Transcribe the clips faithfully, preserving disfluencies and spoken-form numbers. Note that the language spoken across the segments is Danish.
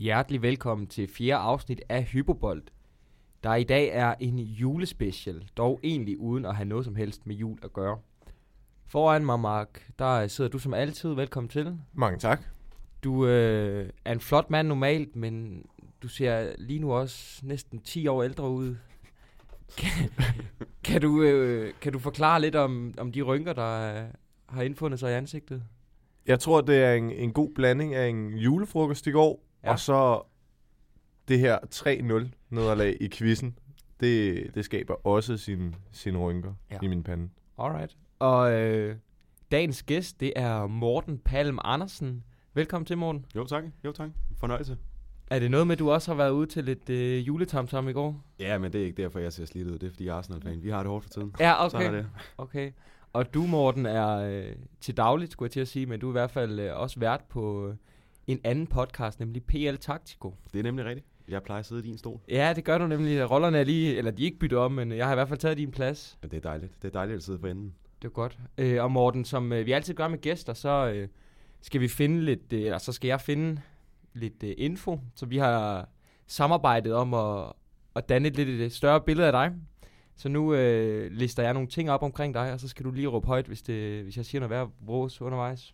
hjertelig velkommen til fjerde afsnit af Hypobold, der i dag er en julespecial, dog egentlig uden at have noget som helst med jul at gøre. Foran mig, Mark, der sidder du som altid. Velkommen til. Mange tak. Du øh, er en flot mand normalt, men du ser lige nu også næsten ti år ældre ud. kan, kan, du, øh, kan du forklare lidt om, om de rynker, der øh, har indfundet sig i ansigtet? Jeg tror, det er en, en god blanding af en julefrokost i går, ja. Og så det her tre nul nederlag i quizzen. Det, det skaber også sine sin rynker ja. i min pande. Alright. Og øh, dagens gæst, det er Morten Palm Andersen. Velkommen til, Morten. Jo tak, jo tak. Fornøjelse. Er det noget med, at du også har været ude til lidt øh, juletamtam i går? Ja, men det er ikke derfor, jeg ser slidt ud. Det er, fordi jeg er Arsenal-fan. Vi har det hårdt for tiden. Ja, okay. Sådan er det. Okay. Og du, Morten, er øh, til dagligt, skulle jeg til at sige, men du er i hvert fald øh, også vært på øh, en anden podcast, nemlig P L Taktiko. Det er nemlig rigtigt. Jeg plejer at sidde i din stol. Ja, det gør du nemlig. Rollerne er lige, eller de er ikke byttet om, men jeg har i hvert fald taget din plads. Men det er dejligt. Det er dejligt at sidde for enden. Det er godt. Øh, og Morten, som øh, vi altid gør med gæster, så øh, skal vi finde lidt, øh, eller så skal jeg finde lidt øh, info, så vi har samarbejdet om at, at danne et lidt et større billede af dig. Så nu øh, lister jeg nogle ting op omkring dig, og så skal du lige råbe højt, hvis, det, hvis jeg siger noget værd vås undervejs.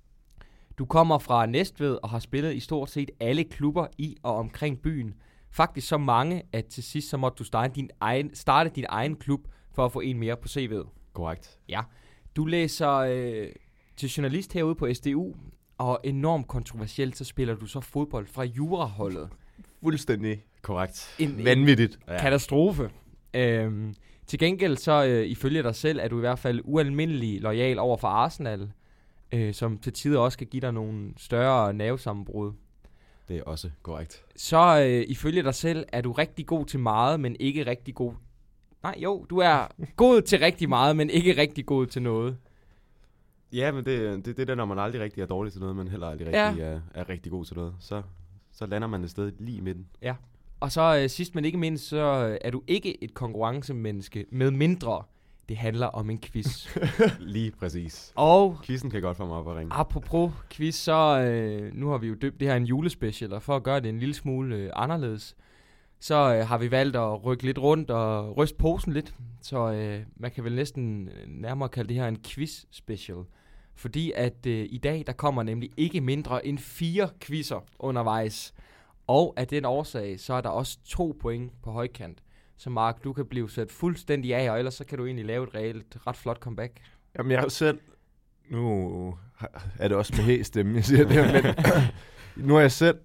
Du kommer fra Næstved og har spillet i stort set alle klubber i og omkring byen. Faktisk så mange, at til sidst så måtte du starte din egen, starte din egen klub for at få en mere på C V'et. Korrekt. Ja. Du læser øh, til journalist herude på S D U, og enormt kontroversielt, så spiller du så fodbold fra juraholdet. Fuldstændig korrekt. En, vanvittigt. En katastrofe. Øhm, til gengæld så øh, ifølge dig selv er du i hvert fald ualmindelig loyal over for Arsenal, øh, som til tider også kan give dig nogle større nervesammenbrud. Det er også korrekt. Så øh, ifølge dig selv er du rigtig god til meget, men ikke rigtig god. Nej, jo, du er god til rigtig meget, men ikke rigtig god til noget. Ja, men det, det, det er der, når man aldrig rigtig er dårlig til noget, men heller aldrig rigtig ja. er, er rigtig god til noget. Så, så lander man et sted lige i midten. Ja. Og så øh, sidst men ikke mindst, så øh, er du ikke et konkurrencemenneske, med mindre det handler om en quiz. Lige præcis. Og quizzen kan godt få mig op at ringe. Apropos quiz, så øh, nu har vi jo døbt det her en julespecial, og for at gøre det en lille smule øh, anderledes, så øh, har vi valgt at rykke lidt rundt og ryste posen lidt. Så øh, man kan vel næsten nærmere kalde det her en quiz special. Fordi at øh, i dag, der kommer nemlig ikke mindre end fire quizzer undervejs. Og af den årsag, så er der også to point på højkant. Så Mark, du kan blive sat fuldstændig af, og ellers så kan du egentlig lave et reelt ret flot comeback. Jamen jeg selv, nu er det også med hæstemme, jeg siger det her, men nu har jeg selv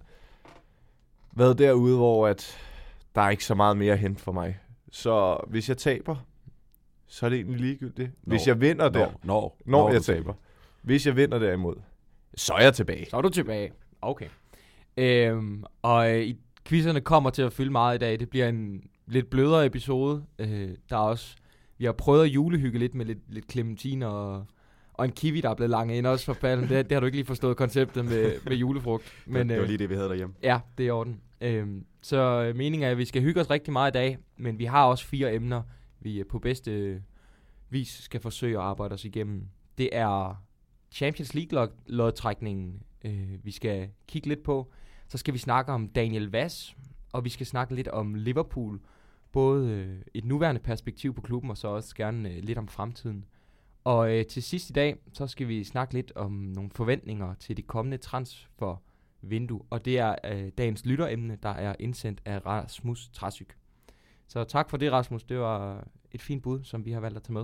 været derude, hvor at der er ikke så meget mere at hente for mig. Så hvis jeg taber, så er det egentlig ligegyldigt. Hvis Nå. jeg vinder der, Nå. Nå. når Nå, jeg taber. Hvis jeg vinder derimod, så er jeg tilbage. Så er du tilbage. Okay. Øhm, og øh, quizzerne kommer til at fylde meget i dag. Det bliver en lidt blødere episode. Øh, der er også, vi har prøvet at julehygge lidt med lidt, lidt clementin og, og en kiwi, der er blevet langet ind også for falden. Det, det har du ikke lige forstået konceptet med, med julefrugt. Men, det var øh, lige det, vi havde derhjemme. Ja, det er i orden. Øhm, så øh, meningen er, at vi skal hygge os rigtig meget i dag, men vi har også fire emner, vi øh, på bedste øh, vis skal forsøge at arbejde os igennem. Det er Champions League-lodtrækningen, øh, vi skal kigge lidt på. Så skal vi snakke om Daniel Vass, og vi skal snakke lidt om Liverpool. Både øh, et nuværende perspektiv på klubben, og så også gerne øh, lidt om fremtiden. Og øh, til sidst i dag, så skal vi snakke lidt om nogle forventninger til det kommende transfervindue. Og det er øh, dagens lytteremne, der er indsendt af Rasmus Trasyk. Så tak for det, Rasmus. Det var et fint bud, som vi har valgt at tage med.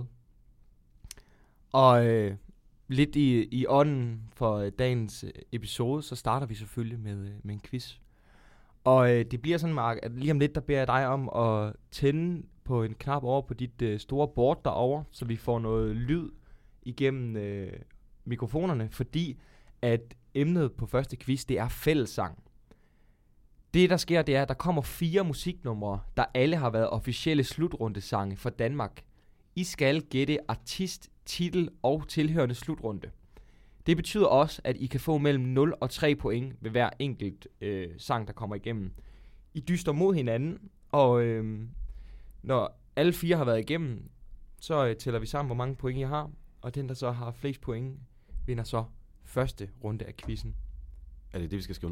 Og øh, lidt i, i ånden for øh, dagens øh, episode, så starter vi selvfølgelig med, øh, med en quiz. Og øh, det bliver sådan, Mark, at lige om lidt, der beder jeg dig om at tænde på en knap over på dit øh, store board derovre, så vi får noget lyd igennem øh, mikrofonerne, fordi at emnet på første quiz, det er fællessang. Det, der sker, det er, at der kommer fire musiknumre, der alle har været officielle slutrundesange for Danmark. I skal gætte artist, titel og tilhørende slutrunde. Det betyder også, at I kan få mellem nul og tre point ved hver enkelt øh, sang, der kommer igennem. I dyster mod hinanden, og øh, når alle fire har været igennem, så øh, tæller vi sammen, hvor mange point I har. Og den, der så har flest point, vinder så første runde af quizzen. Er det det, vi skal skrive ned?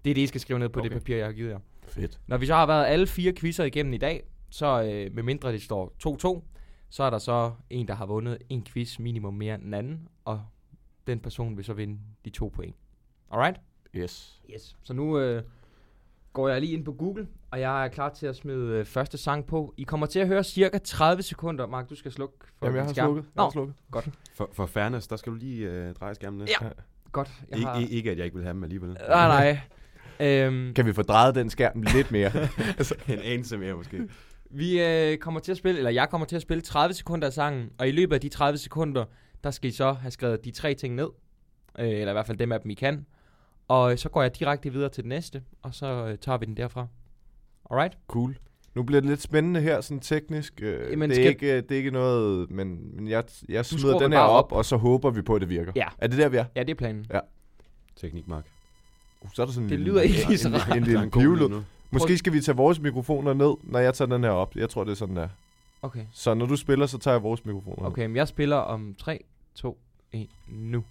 Det er det, I skal skrive ned på okay. Okay. det papir, jeg har givet jer. Fedt. Når vi så har været alle fire quizzer igennem i dag, så øh, med mindre det står to to, så er der så en, der har vundet en quiz minimum mere end den anden, og den person vil så vinde de to point. Alright? Yes. Yes. Så nu øh, går jeg lige ind på Google, og jeg er klar til at smide øh, første sang på. I kommer til at høre cirka tredive sekunder. Mark, du skal slukke for Jamen, jeg din har skærm. slukket. Jeg Nå, har slukket. godt. For, for fairness, der skal du lige øh, dreje skærmen ned. Ja. Godt. Jeg Ik- har... I- ikke, at jeg ikke vil have dem alligevel. Nej, nej. øhm, Kan vi få drejet den skærm lidt mere? En anelse mere måske. vi øh, kommer til at spille, eller jeg kommer til at spille tredive sekunder af sangen, og i løbet af de tredive sekunder, der skal I så have skrevet de tre ting ned. Øh, eller i hvert fald dem af dem, I kan. Og øh, så går jeg direkte videre til den næste, og så øh, tager vi den derfra. Alright? Cool. Nu bliver det lidt spændende her, sådan teknisk. Øh, Jamen, det, er skal- ikke, det er ikke noget, men, men jeg, jeg skruer smider den den her bare op, op. og så håber vi på, at det virker. Ja. Er det der, vi er? Ja, det er planen. Teknik, Mark. Uh, så er der sådan en Det lille, lyder ikke lige så en, rart. en, en Der er lille en god pivlyd. lyd nu. Måske skal vi tage vores mikrofoner ned, når jeg tager den her op. Jeg tror, det er sådan der. Okay. Så når du spiller, så tager jeg vores mikrofoner Okay, men jeg spiller om tre, to, et, nu.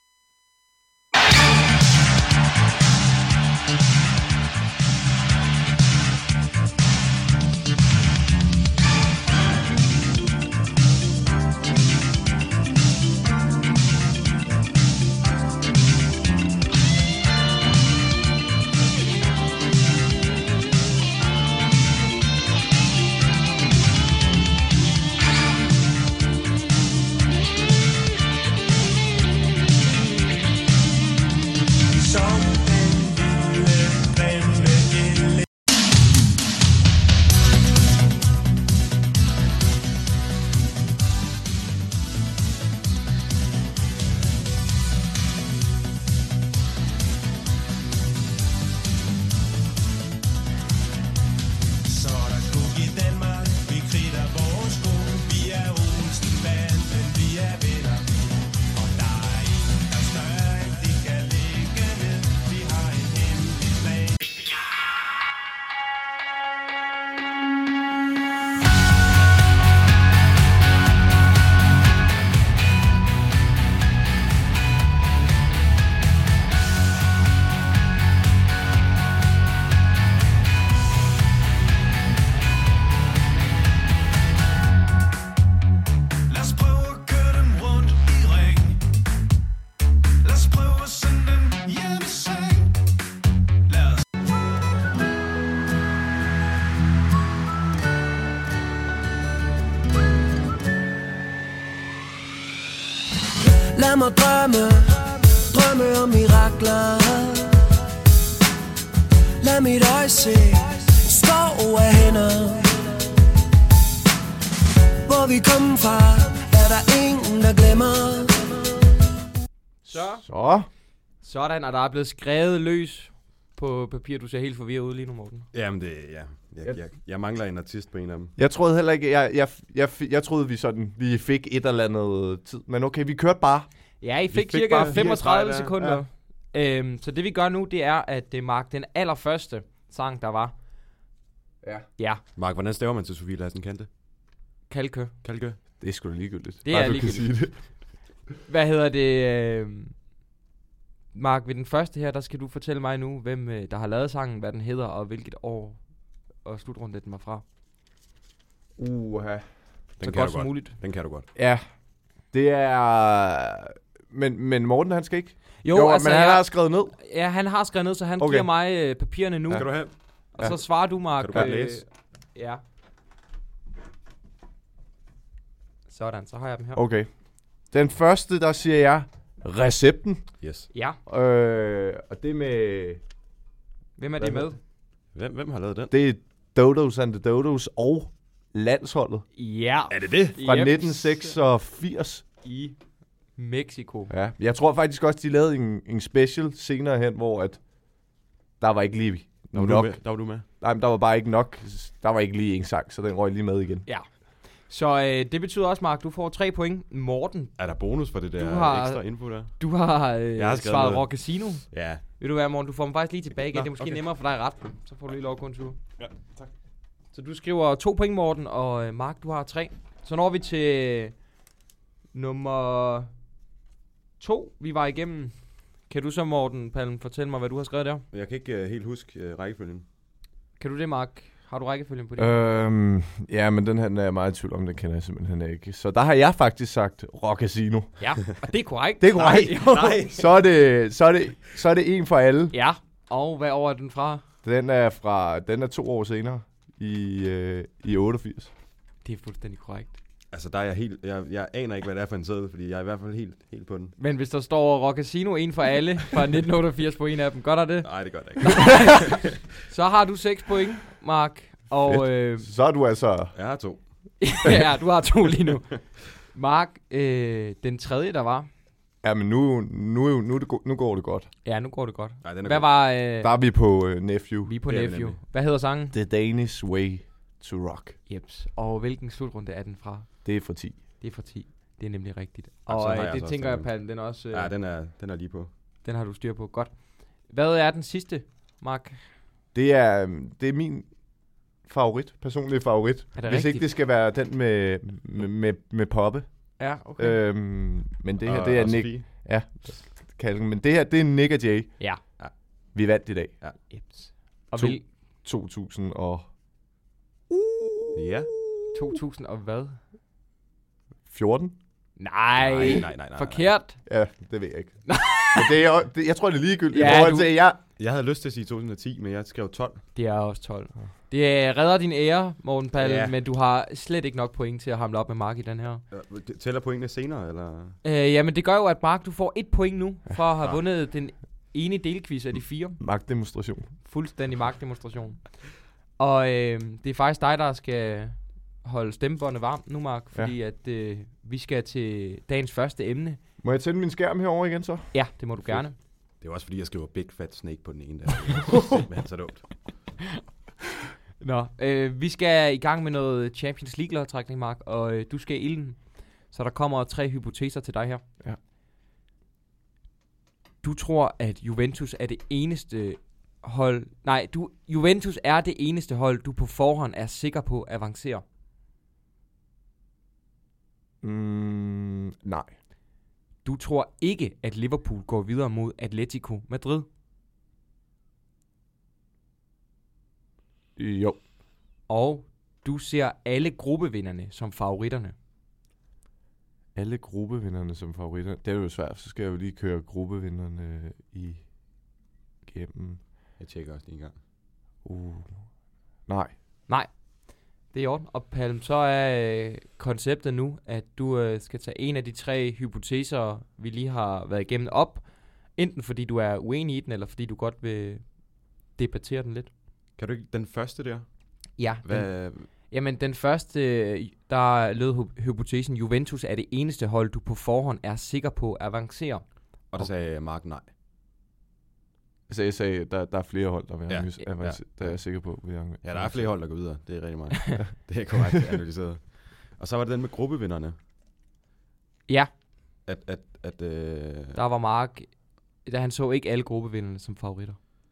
Så er der kug i Danmark, vi kridter vores sko. Vi er Olsen Band, men vi er venner. Og der er en, der er større, end de kan ligge ned. Vi har en hemmelig plan. Lad os prøve at køre dem rundt i ring. Lad os prøve at sende dem hjem i seng. Lad os Lad mig drømme, drømme om mirakler. Lad mit øje se skov af hænder. Hvor vi kommer fra, er der ingen, der glemmer. Så. Så. Sådan, og der er blevet skrevet løs på papir. Du ser helt forvirret ud lige nu, Morten. Jamen det, ja. Jeg, jeg, jeg mangler en artist på en af dem. Jeg troede heller ikke, jeg, jeg, jeg, jeg troede, vi sådan lige fik et eller andet tid. Men okay, vi kørte bare. Ja, I fik, fik cirka bare fire femogtredive streg der, sekunder. Ja. Øhm, så det vi gør nu, det er, at det er Mark den allerførste sang, der var. Ja. Ja, Mark, hvordan staver man til Sofie Lassen Kante? Kalkø. Kalkø? Det er sgu da ligegyldigt. Det Bare er du kan ligegyldigt. sige det. Hvad hedder det? Øh, Mark, ved den første her, der skal du fortælle mig nu, hvem øh, der har lavet sangen, hvad den hedder, og hvilket år og slutrunde den var fra. Uha. Den Så kan godt du som godt. muligt. Den kan du godt. Ja. Det er... Men, men Morten, han skal ikke? Jo, jo altså, men han jeg, har skrevet ned. ja, han har skrevet ned, så han Okay. giver mig øh, papirerne nu. Skal du have? Og Ja. så svarer du, Mark. Kan du godt læse? Ja. Sådan, så har jeg dem her. Okay. Den første, der siger jeg recepten. Yes. Ja, Øh, og det med... hvem er det Hvad med? Hvem, hvem har lavet den? Det er Dodos and the Dodos og landsholdet Ja. Er det det? fra Jeps. nitten seksogfirs. I Mexico. Ja, jeg tror faktisk også, de lavede en, en special senere hen, hvor at der var ikke lige Der var, nok. du med. der var du med. Nej, men der var bare ikke nok. Der var ikke lige en sang, så den røg lige med igen. Ja. Så øh, det betyder også, Mark, du får tre point. Morten, Er der bonus for det der Du har- ekstra info der? du har, øh, Jeg har skrevet svaret noget. Rock Casino. Ja. Ved du hvad, Morten, du får dem faktisk lige tilbage igen. Nå, Det er måske okay. nemmere for dig at rette dem. Så får du lige lov at kun tyve. Ja, tak. Så du skriver to point, Morten, og øh, Mark, du har tre. Så når vi til nummer to, vi var igennem. Kan du så, Morten Palm, fortælle mig, hvad du har skrevet der? Jeg kan ikke uh, helt huske uh, rækkefølgen. Kan du det, Mark? Har du rækkefølgen på det? Øhm, ja, men den her den er jeg meget i tvivl om, den kender jeg simpelthen ikke. Så der har jeg faktisk sagt Rock Casino. Ja, og det er korrekt. Det er korrekt. Nej, Nej. Så er det, så er det, så er det en for alle. Ja, og hvad år er den fra? Den er fra, den er to år senere i, øh, i otteogfirs. Det er fuldstændig korrekt. Altså, der er jeg helt... Jeg, jeg aner ikke, hvad det er for en seddel, fordi jeg er i hvert fald helt, helt på den. Men hvis der står Rock Casino, en for alle, fra nitten otteogfirs på en af dem, gør der det? Nej, det gør det ikke. Så har du seks point, Mark. Og øh, Så er du altså... Jeg har to. ja, du har to lige nu. Mark, øh, den tredje, der var. Ja, men nu, nu, nu, det, nu går det godt. Ja, nu går det godt. Nej, den er Hvad god. var... Øh, Der er vi på øh, Nephew. vi er på Det er vi Nephew. nemlig. Hvad hedder sangen? The Danish Way to Rock. Jeps. Og hvilken slutrunde er den fra? Det er fra ti. Det er fra ti. Det er nemlig rigtigt. Ja, så Og har øh, jeg det altså tænker også jeg, den. Palm, den er også... Øh, Ja, den er, den er lige på. den har du styr på. Godt. Hvad er den sidste, Mark? Det er, det er min favorit, personlige favorit. Er det Hvis rigtigt? ikke det skal være den med, med, med, med poppe. Ja, okay. Øhm, men det her, Og- det er og Nick. Sofie. Ja, kalken. Men det her, det er Nick og Jay. Ja. Vi vandt i dag. Jeps. Og To. vil to tusind og Ja. to tusind og hvad? fjorten? Nej, Nej, nej, nej, nej, nej. forkert. Ja, det ved jeg ikke. Men det er, jo- det, jeg tror, det er ligegyldigt. Ja, I forhold du- til, jeg, Jeg havde lyst til at sige to tusind og ti, men jeg skrev tolv. Det er også tolv. Det øh, redder din ære, Morten Palle, Ja. men du har slet ikke nok point til at hamle op med Mark i den her. Det tæller pointene senere, eller? Øh, jamen, det gør jo, at Mark, du får et point nu, for at have Ja. vundet den ene delquiz af de fire. magtdemonstration. Fuldstændig magtdemonstration. Og øh, det er faktisk dig, der skal holde stemmebåndet varmt nu, Mark, fordi at øh, vi skal til dagens første emne. Må jeg tænde min skærm herover igen så? Ja, det må du gerne. Det er også fordi, jeg skriver Big Fat Snake på den ene der. Det er simpelthen så dumt. Nå, øh, vi skal i gang med noget Champions League-lodtrækning, Mark, og øh, du skal i ilden. Så der kommer tre hypoteser til dig her. Ja. Du tror, at Juventus er det eneste hold... Nej, du, Juventus er det eneste hold, du på forhånd er sikker på at avancere. Mm, nej. Du tror ikke, at Liverpool går videre mod Atletico Madrid. Jo. Og du ser alle gruppevinderne som favoritterne. Alle gruppevinderne som favoritter. Det er jo svært, så skal jeg jo lige køre gruppevinderne i gennem. Jeg tjekker også lige en gang. Uh. Nej. Nej, det er i orden. Og Palm, så er øh, konceptet nu, at du øh, skal tage en af de tre hypoteser, vi lige har været igennem op. Enten fordi du er uenig i den, eller fordi du godt vil debattere den lidt. Kan du ikke den første der? Ja, den, Hvad? jamen den første, øh, der lød hy- hypotesen, Juventus er det eneste hold, du på forhånd er sikker på at avancere. Og der sagde Mark nej. Så jeg sagde, der, der er flere hold, der, vil Ja. ja. Ja. ja. der er jeg sikker på. Vil jeg Ja, der er flere hold, der går videre. Det er rigtig meget. Det er korrekt analyseret. Og så var det den med gruppevinderne. Ja, At, at, at øh, der var Mark, da han så ikke alle gruppevinderne som favoritter.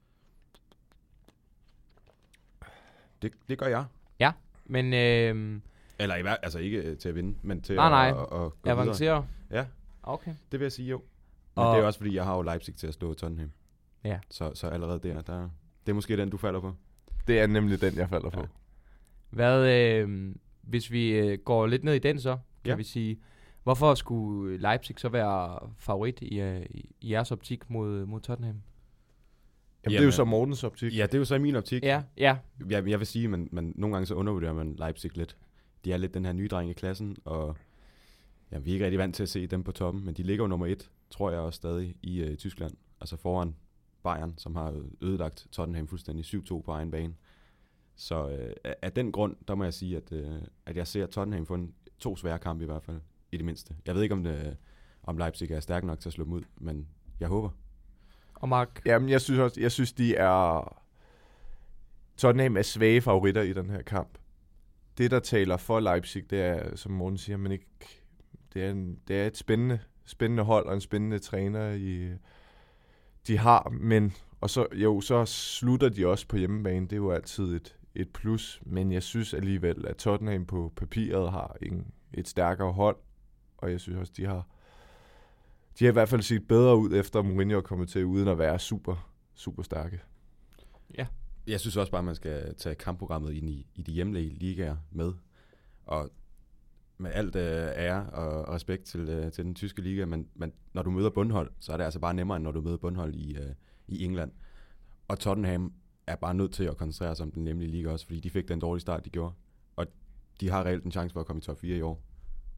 det, det gør jeg. Men øh, Eller i hver, altså ikke øh, til at vinde, men til Nej, nej. at, at, at gå videre. avancere. Ja, Okay. det vil jeg sige jo. Men Og- det er også fordi, jeg har jo Leipzig til at slå Tottenham. Ja. Så, så allerede der, der, det er måske den, du falder på. Det er nemlig den, jeg falder på. Ja. Hvad, øh, hvis vi øh, går lidt ned i den så, kan Ja. vi sige, hvorfor skulle Leipzig så være favorit i, øh, i, i jeres optik mod, mod Tottenham? Jamen, det er Jamen, jo så Mortens optik. Ja, det er jo så i min optik. Ja, ja. Jeg, jeg vil sige, at man, man, nogle gange så undervurderer man Leipzig lidt. De er lidt den her nye dreng i klassen, og ja, vi er ikke rigtig vant til at se dem på toppen, men de ligger jo nummer et, tror jeg også stadig, i øh, Tyskland. Altså foran Bayern, som har ødelagt Tottenham fuldstændig syv to på egen bane. Så øh, af- af den grund, der må jeg sige, at, øh, at jeg ser Tottenham få en, to svære kampe i hvert fald, i det mindste. Jeg ved ikke, om, det, om Leipzig er stærk nok til at slå dem ud, men jeg håber. Og Mark, Jamen, jeg synes også, jeg synes, de er... Tottenham er svage favoritter i den her kamp. Det, der taler for Leipzig, det er, som Morten siger, men ikke... Det er, en, det er et spændende, spændende hold og en spændende træner, i, de har, men... Og så, jo, så slutter de også på hjemmebane. Det er jo altid et, et plus, men jeg synes alligevel, at Tottenham på papiret har en, et stærkere hold, og jeg synes også, de har... de har i hvert fald set bedre ud, efter Mourinho er kommet til, uden at være super, super stærke. Ja. Jeg synes også bare, at man skal tage kampprogrammet ind i, i de hjemlige ligaer med. Og med alt øh, ære og respekt til, øh, til den tyske liga, men, men når du møder bundhold, så er det altså bare nemmere, end når du møder bundhold i, øh, i England. Og Tottenham er bare nødt til at koncentrere sig om den hjemlige liga også, fordi de fik den dårlige start, de gjorde. Og de har reelt en chance for at komme i top fire i år,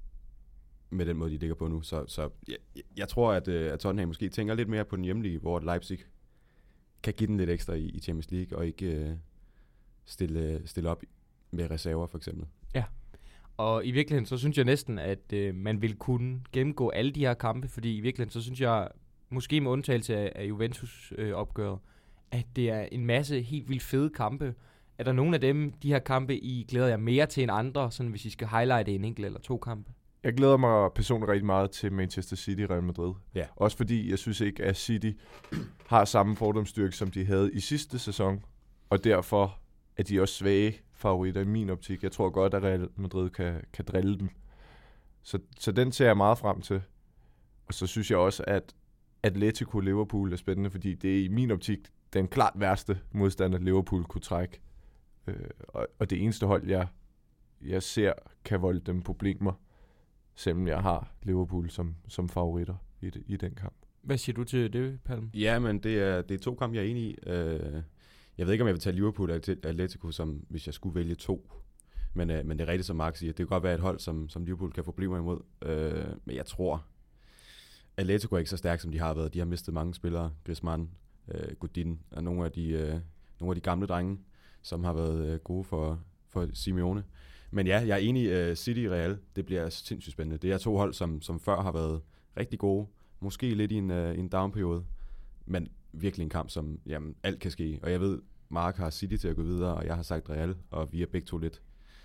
med den måde, de ligger på nu. Så, så jeg, jeg tror, at, øh, at Tottenham måske tænker lidt mere på den hjemlige, hvor Leipzig kan give den lidt ekstra i, i Champions League, og ikke øh, stille, stille op med reserver, for eksempel. Ja. Og i virkeligheden, så synes jeg næsten, at øh, man vil kunne gennemgå alle de her kampe, fordi i virkeligheden, så synes jeg, måske med undtagelse af, af Juventus-opgøret, øh, at det er en masse helt vildt fede kampe. Er der nogle af dem, de her kampe, I glæder jer mere til end andre, sådan hvis I skal highlighte en enkelt eller to kampe? Jeg glæder mig personligt rigtig meget til Manchester City Real Madrid. Ja. Også fordi jeg synes ikke, at City har samme fordomsstyrke, som de havde i sidste sæson. Og derfor er de også svage favoritter i min optik. Jeg tror godt, at Real Madrid kan, kan drille dem. Så, så den ser jeg meget frem til. Og så synes jeg også, at Atletico Liverpool er spændende, fordi det er i min optik den klart værste modstander, Liverpool kunne trække. Øh, og, og det eneste hold, jeg, jeg ser, kan volde dem problemer, selvom jeg har Liverpool som, som favoritter i, det, i den kamp. Hvad siger du til det, Palm? Ja, men det er, det er to kampe, jeg er enig i. Øh, jeg ved ikke, om jeg vil tage Liverpool eller Atletico, som, hvis jeg skulle vælge to. Men, øh, men det er rigtigt, som Mark siger. Det kan godt være et hold, som, som Liverpool kan få problemer imod. Øh, men jeg tror, Atletico er ikke så stærk, som de har været. De har mistet mange spillere. Griezmann, øh, Godin og nogle af, de, øh, nogle af de gamle drenge, som har været øh, gode for, for Simeone. Men ja, jeg er enig i uh, City Real. Det bliver sindssygt spændende. Det er to hold, som, som før har været rigtig gode. Måske lidt i en, uh, en down-periode. Men virkelig en kamp, som jamen, alt kan ske. Og jeg ved, Mark har City til at gå videre, og jeg har sagt Real. Og vi er begge to lidt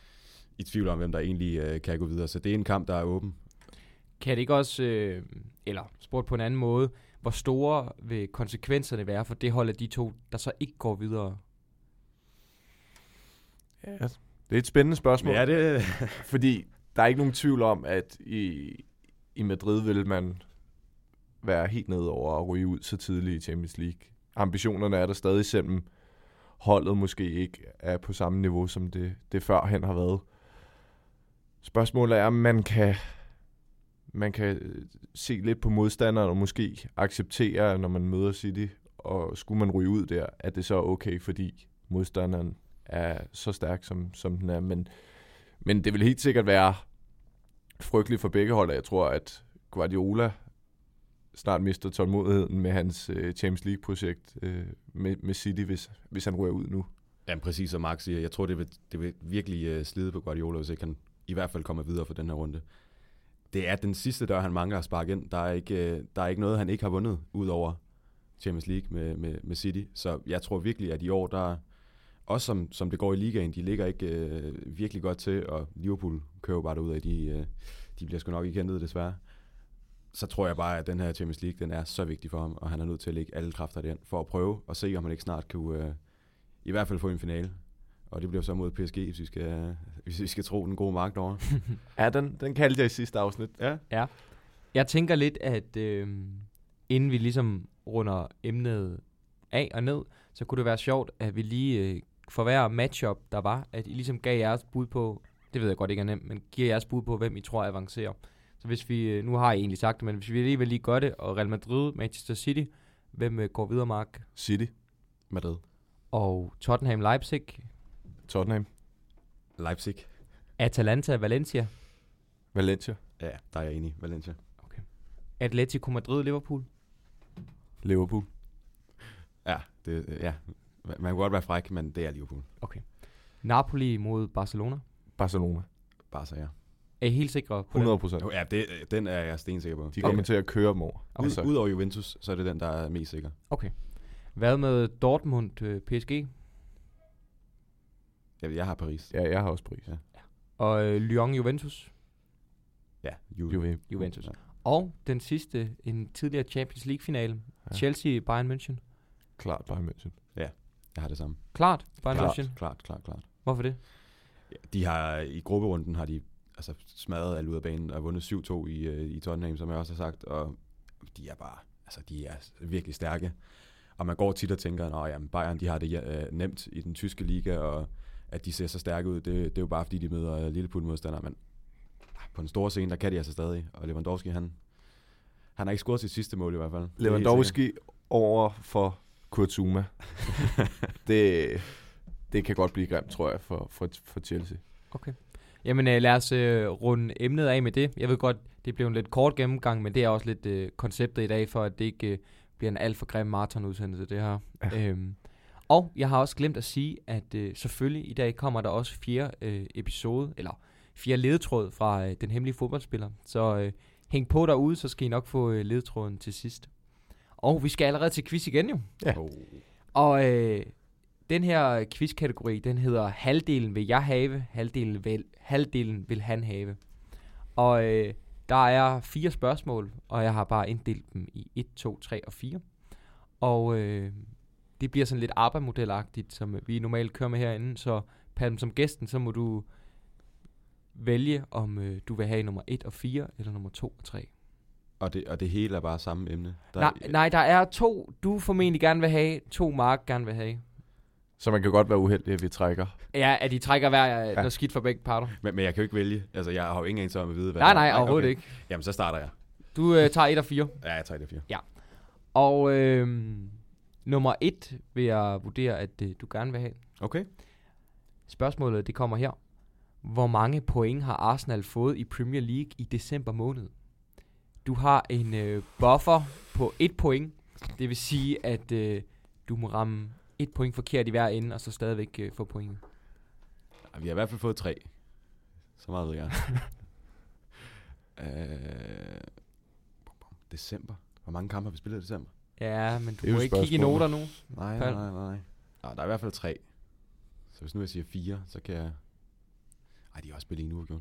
i tvivl om, hvem der egentlig uh, kan gå videre. Så det er en kamp, der er åben. Kan det ikke også, øh, eller spurgt på en anden måde, hvor store vil konsekvenserne være for det hold af de to, der så ikke går videre? Ja, det er et spændende spørgsmål. Ja, det... Fordi der er ikke nogen tvivl om, at i, i Madrid vil man være helt nede over at ryge ud så tidligt i Champions League. Ambitionerne er der stadig, selvom holdet måske ikke er på samme niveau, som det, det førhen har været. Spørgsmålet er, om man kan, man kan se lidt på modstanderen og måske acceptere, når man møder City, og skulle man ryge ud der, at det så er okay, fordi modstanderen er så stærk, som, som den er. Men, men det vil helt sikkert være frygteligt for begge hold. Jeg tror, at Guardiola snart mister tålmodigheden med hans øh, Champions League-projekt øh, med, med City, hvis, hvis han rører ud nu. Jamen præcis som Mark siger. Jeg tror, det vil, det vil virkelig uh, slide på Guardiola, hvis ikke han i hvert fald kommer videre for den her runde. Det er den sidste dør, han mangler at sparke ind. Der er ikke, uh, der er ikke noget, han ikke har vundet, ud over Champions League med, med, med City. Så jeg tror virkelig, at i år, der også som, som det går i ligaen, de ligger ikke øh, virkelig godt til, og Liverpool kører bare derud af, de, øh, de bliver sgu nok ikke hentet, desværre. Så tror jeg bare, at den her Champions League, den er så vigtig for ham, og han er nødt til at lægge alle kræfter derind, for at prøve at se, om han ikke snart kan øh, i hvert fald få en finale. Og det bliver så mod P S G, hvis vi skal, hvis vi skal tro den gode mark derovre. Ja, den, den kaldte jeg i sidste afsnit. Ja. Ja. Jeg tænker lidt, at øh, inden vi ligesom runder emnet af og ned, så kunne det være sjovt, at vi lige... Øh, for hver matchup, der var, at I ligesom gav jeres bud på, det ved jeg godt ikke er nemt, men giver jeres bud på, hvem I tror avancerer. Så hvis vi, nu har I egentlig sagt det, men hvis vi alligevel lige gør det, og Real Madrid, Manchester City, hvem går videre, Mark? City. Madrid. Og Tottenham, Leipzig. Tottenham. Leipzig. Atalanta, Valencia. Valencia. Ja, der er jeg enig. Valencia. Okay. Atletico Madrid, Liverpool. Liverpool. Ja, det, ja. Man kan godt være fræk, men det er Liverpool. Okay. Napoli mod Barcelona. Barcelona. Barca, ja. Er I helt sikre på hundrede procent. Jo, ja, det, den er jeg stensikker på. De kommer okay. til at køre dem over. Okay. Ud, Udover Juventus, så er det den, der er mest sikker. Okay. Hvad med Dortmund, øh, P S G? Jeg, jeg har Paris. Ja, jeg har også Paris. Ja. Og øh, Lyon, Juventus? Ja, Ju- Juve. Juventus. Ja. Og den sidste, en tidligere Champions League-finale. Ja. Chelsea, Bayern München. Klart Bayern München. Jeg har det samme. Klart, Bayern Klart. München. Klart, klart, klart. Hvorfor det? Ja, de har, i grupperunden har de altså smadret alt ud af banen og vundet syv to i, uh, i Tottenham, som jeg også har sagt. Og de er bare, altså de er virkelig stærke. Og man går tit og tænker, at jamen, Bayern de har det øh, nemt i den tyske liga, og at de ser så stærke ud, det, det er jo bare fordi, de møder Liverpool-modstandere. Men på den store scene, der kan de altså stadig. Og Lewandowski, han, han har ikke scoret sit sidste mål i hvert fald. Lewandowski over for Kurt Zouma. det, det kan godt blive grimt, tror jeg, for, for, for Chelsea. Okay. Jamen øh, lad os øh, runde emnet af med det. Jeg ved godt, det blev en lidt kort gennemgang, men det er også lidt øh, konceptet i dag, for at det ikke øh, bliver en alt for grim maratonudsendelse, det her. Ja. Øhm, og jeg har også glemt at sige, at øh, selvfølgelig i dag kommer der også fire øh, episode, eller fire ledetråd fra øh, Den Hemmelige Fodboldspiller. Så øh, hæng på derude, så skal I nok få øh, ledetråden til sidst. Og vi skal allerede til quiz igen jo. Ja. Oh. Og øh, den her quizkategori, den hedder halvdelen vil jeg have, halvdelen vil, halvdelen vil han have. Og øh, der er fire spørgsmål, og jeg har bare inddelt dem i et, to, tre og fire. Og øh, det bliver sådan lidt ABBA-modelagtigt, som vi normalt kører med herinde. Så Palm, som gæsten, så må du vælge, om øh, du vil have nummer et og fire, eller nummer to og tre. Og det, og det hele er bare samme emne? Der Nej, er, nej, der er to, du formentlig gerne vil have, to Mark gerne vil have. Så man kan godt være uheldig, at vi trækker. Ja, at de trækker hver Ja. noget skidt for begge parter. Men, men jeg kan jo ikke vælge. Altså, jeg har jo ingen anelse om at vide, hvad Nej, der er. nej, overhovedet okay. ikke. Jamen, så starter jeg. Du øh, tager et og fire. Ja, jeg tager det fire. Og øh, nummer et vil jeg vurdere, at øh, du gerne vil have. Okay. Spørgsmålet, det kommer her. Hvor mange point har Arsenal fået i Premier League i december måned? Du har en øh, buffer på et point. Det vil sige, at øh, du må ramme et point forkert i hver ende, og så stadigvæk øh, få pointet. Ja, vi har i hvert fald fået tre. Så meget ved jeg. øh, december. Hvor mange kampe har vi spillet i december? Ja, men du Det er må jo ikke kigge i spørgsmålet. noter nu. Nej, Pal. nej, nej. Nej, der er i hvert fald tre. Så hvis nu jeg siger fire, så kan jeg... Ej, de har også spillet en uafgjort.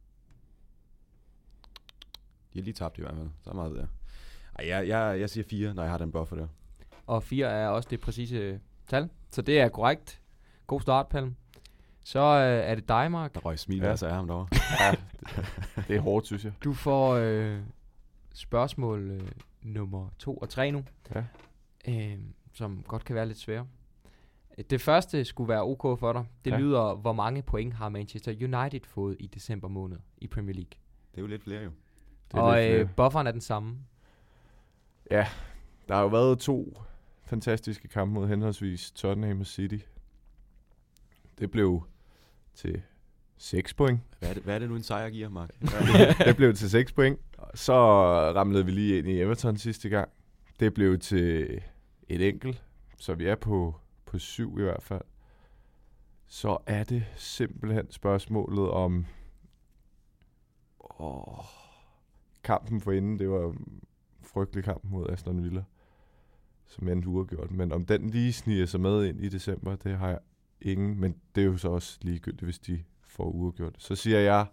De har lige tabt i hvert fald. Så meget ved jeg. Ej, jeg, jeg, jeg siger fire, når jeg har den buffer der. Og fire er også det præcise øh, tal. Så det er korrekt. God start, Palm. Så øh, er det dig, Mark. Der røg smil, Ja. ja. altså af ham derovre. Ja, det, det er hårdt, synes jeg. Du får øh, spørgsmål øh, nummer to og tre nu. Ja. Øh, som godt kan være lidt svære. Det første skulle være ok for dig. Det Ja. ja. lyder, hvor mange point har Manchester United fået i december måned i Premier League? Det er jo lidt flere jo. Det er Og lidt øh, flere. bufferen er den samme. Ja, der har jo været to fantastiske kampe mod henholdsvis Tottenham og City. Det blev til seks point. Hvad er det, hvad er det nu en sejr giver, Mark? Det blev til seks point. Så ramlede vi lige ind i Everton sidste gang. Det blev til et enkelt, så vi er på, på syv i hvert fald. Så er det simpelthen spørgsmålet om åh, kampen for inden. Det var en frygtelig kamp mod Aston Villa, som endte uafgjort. Men om den lige sniger sig med ind i december, det har jeg ingen. Men det er jo så også ligegyldigt, hvis de får uafgjort. Så siger jeg...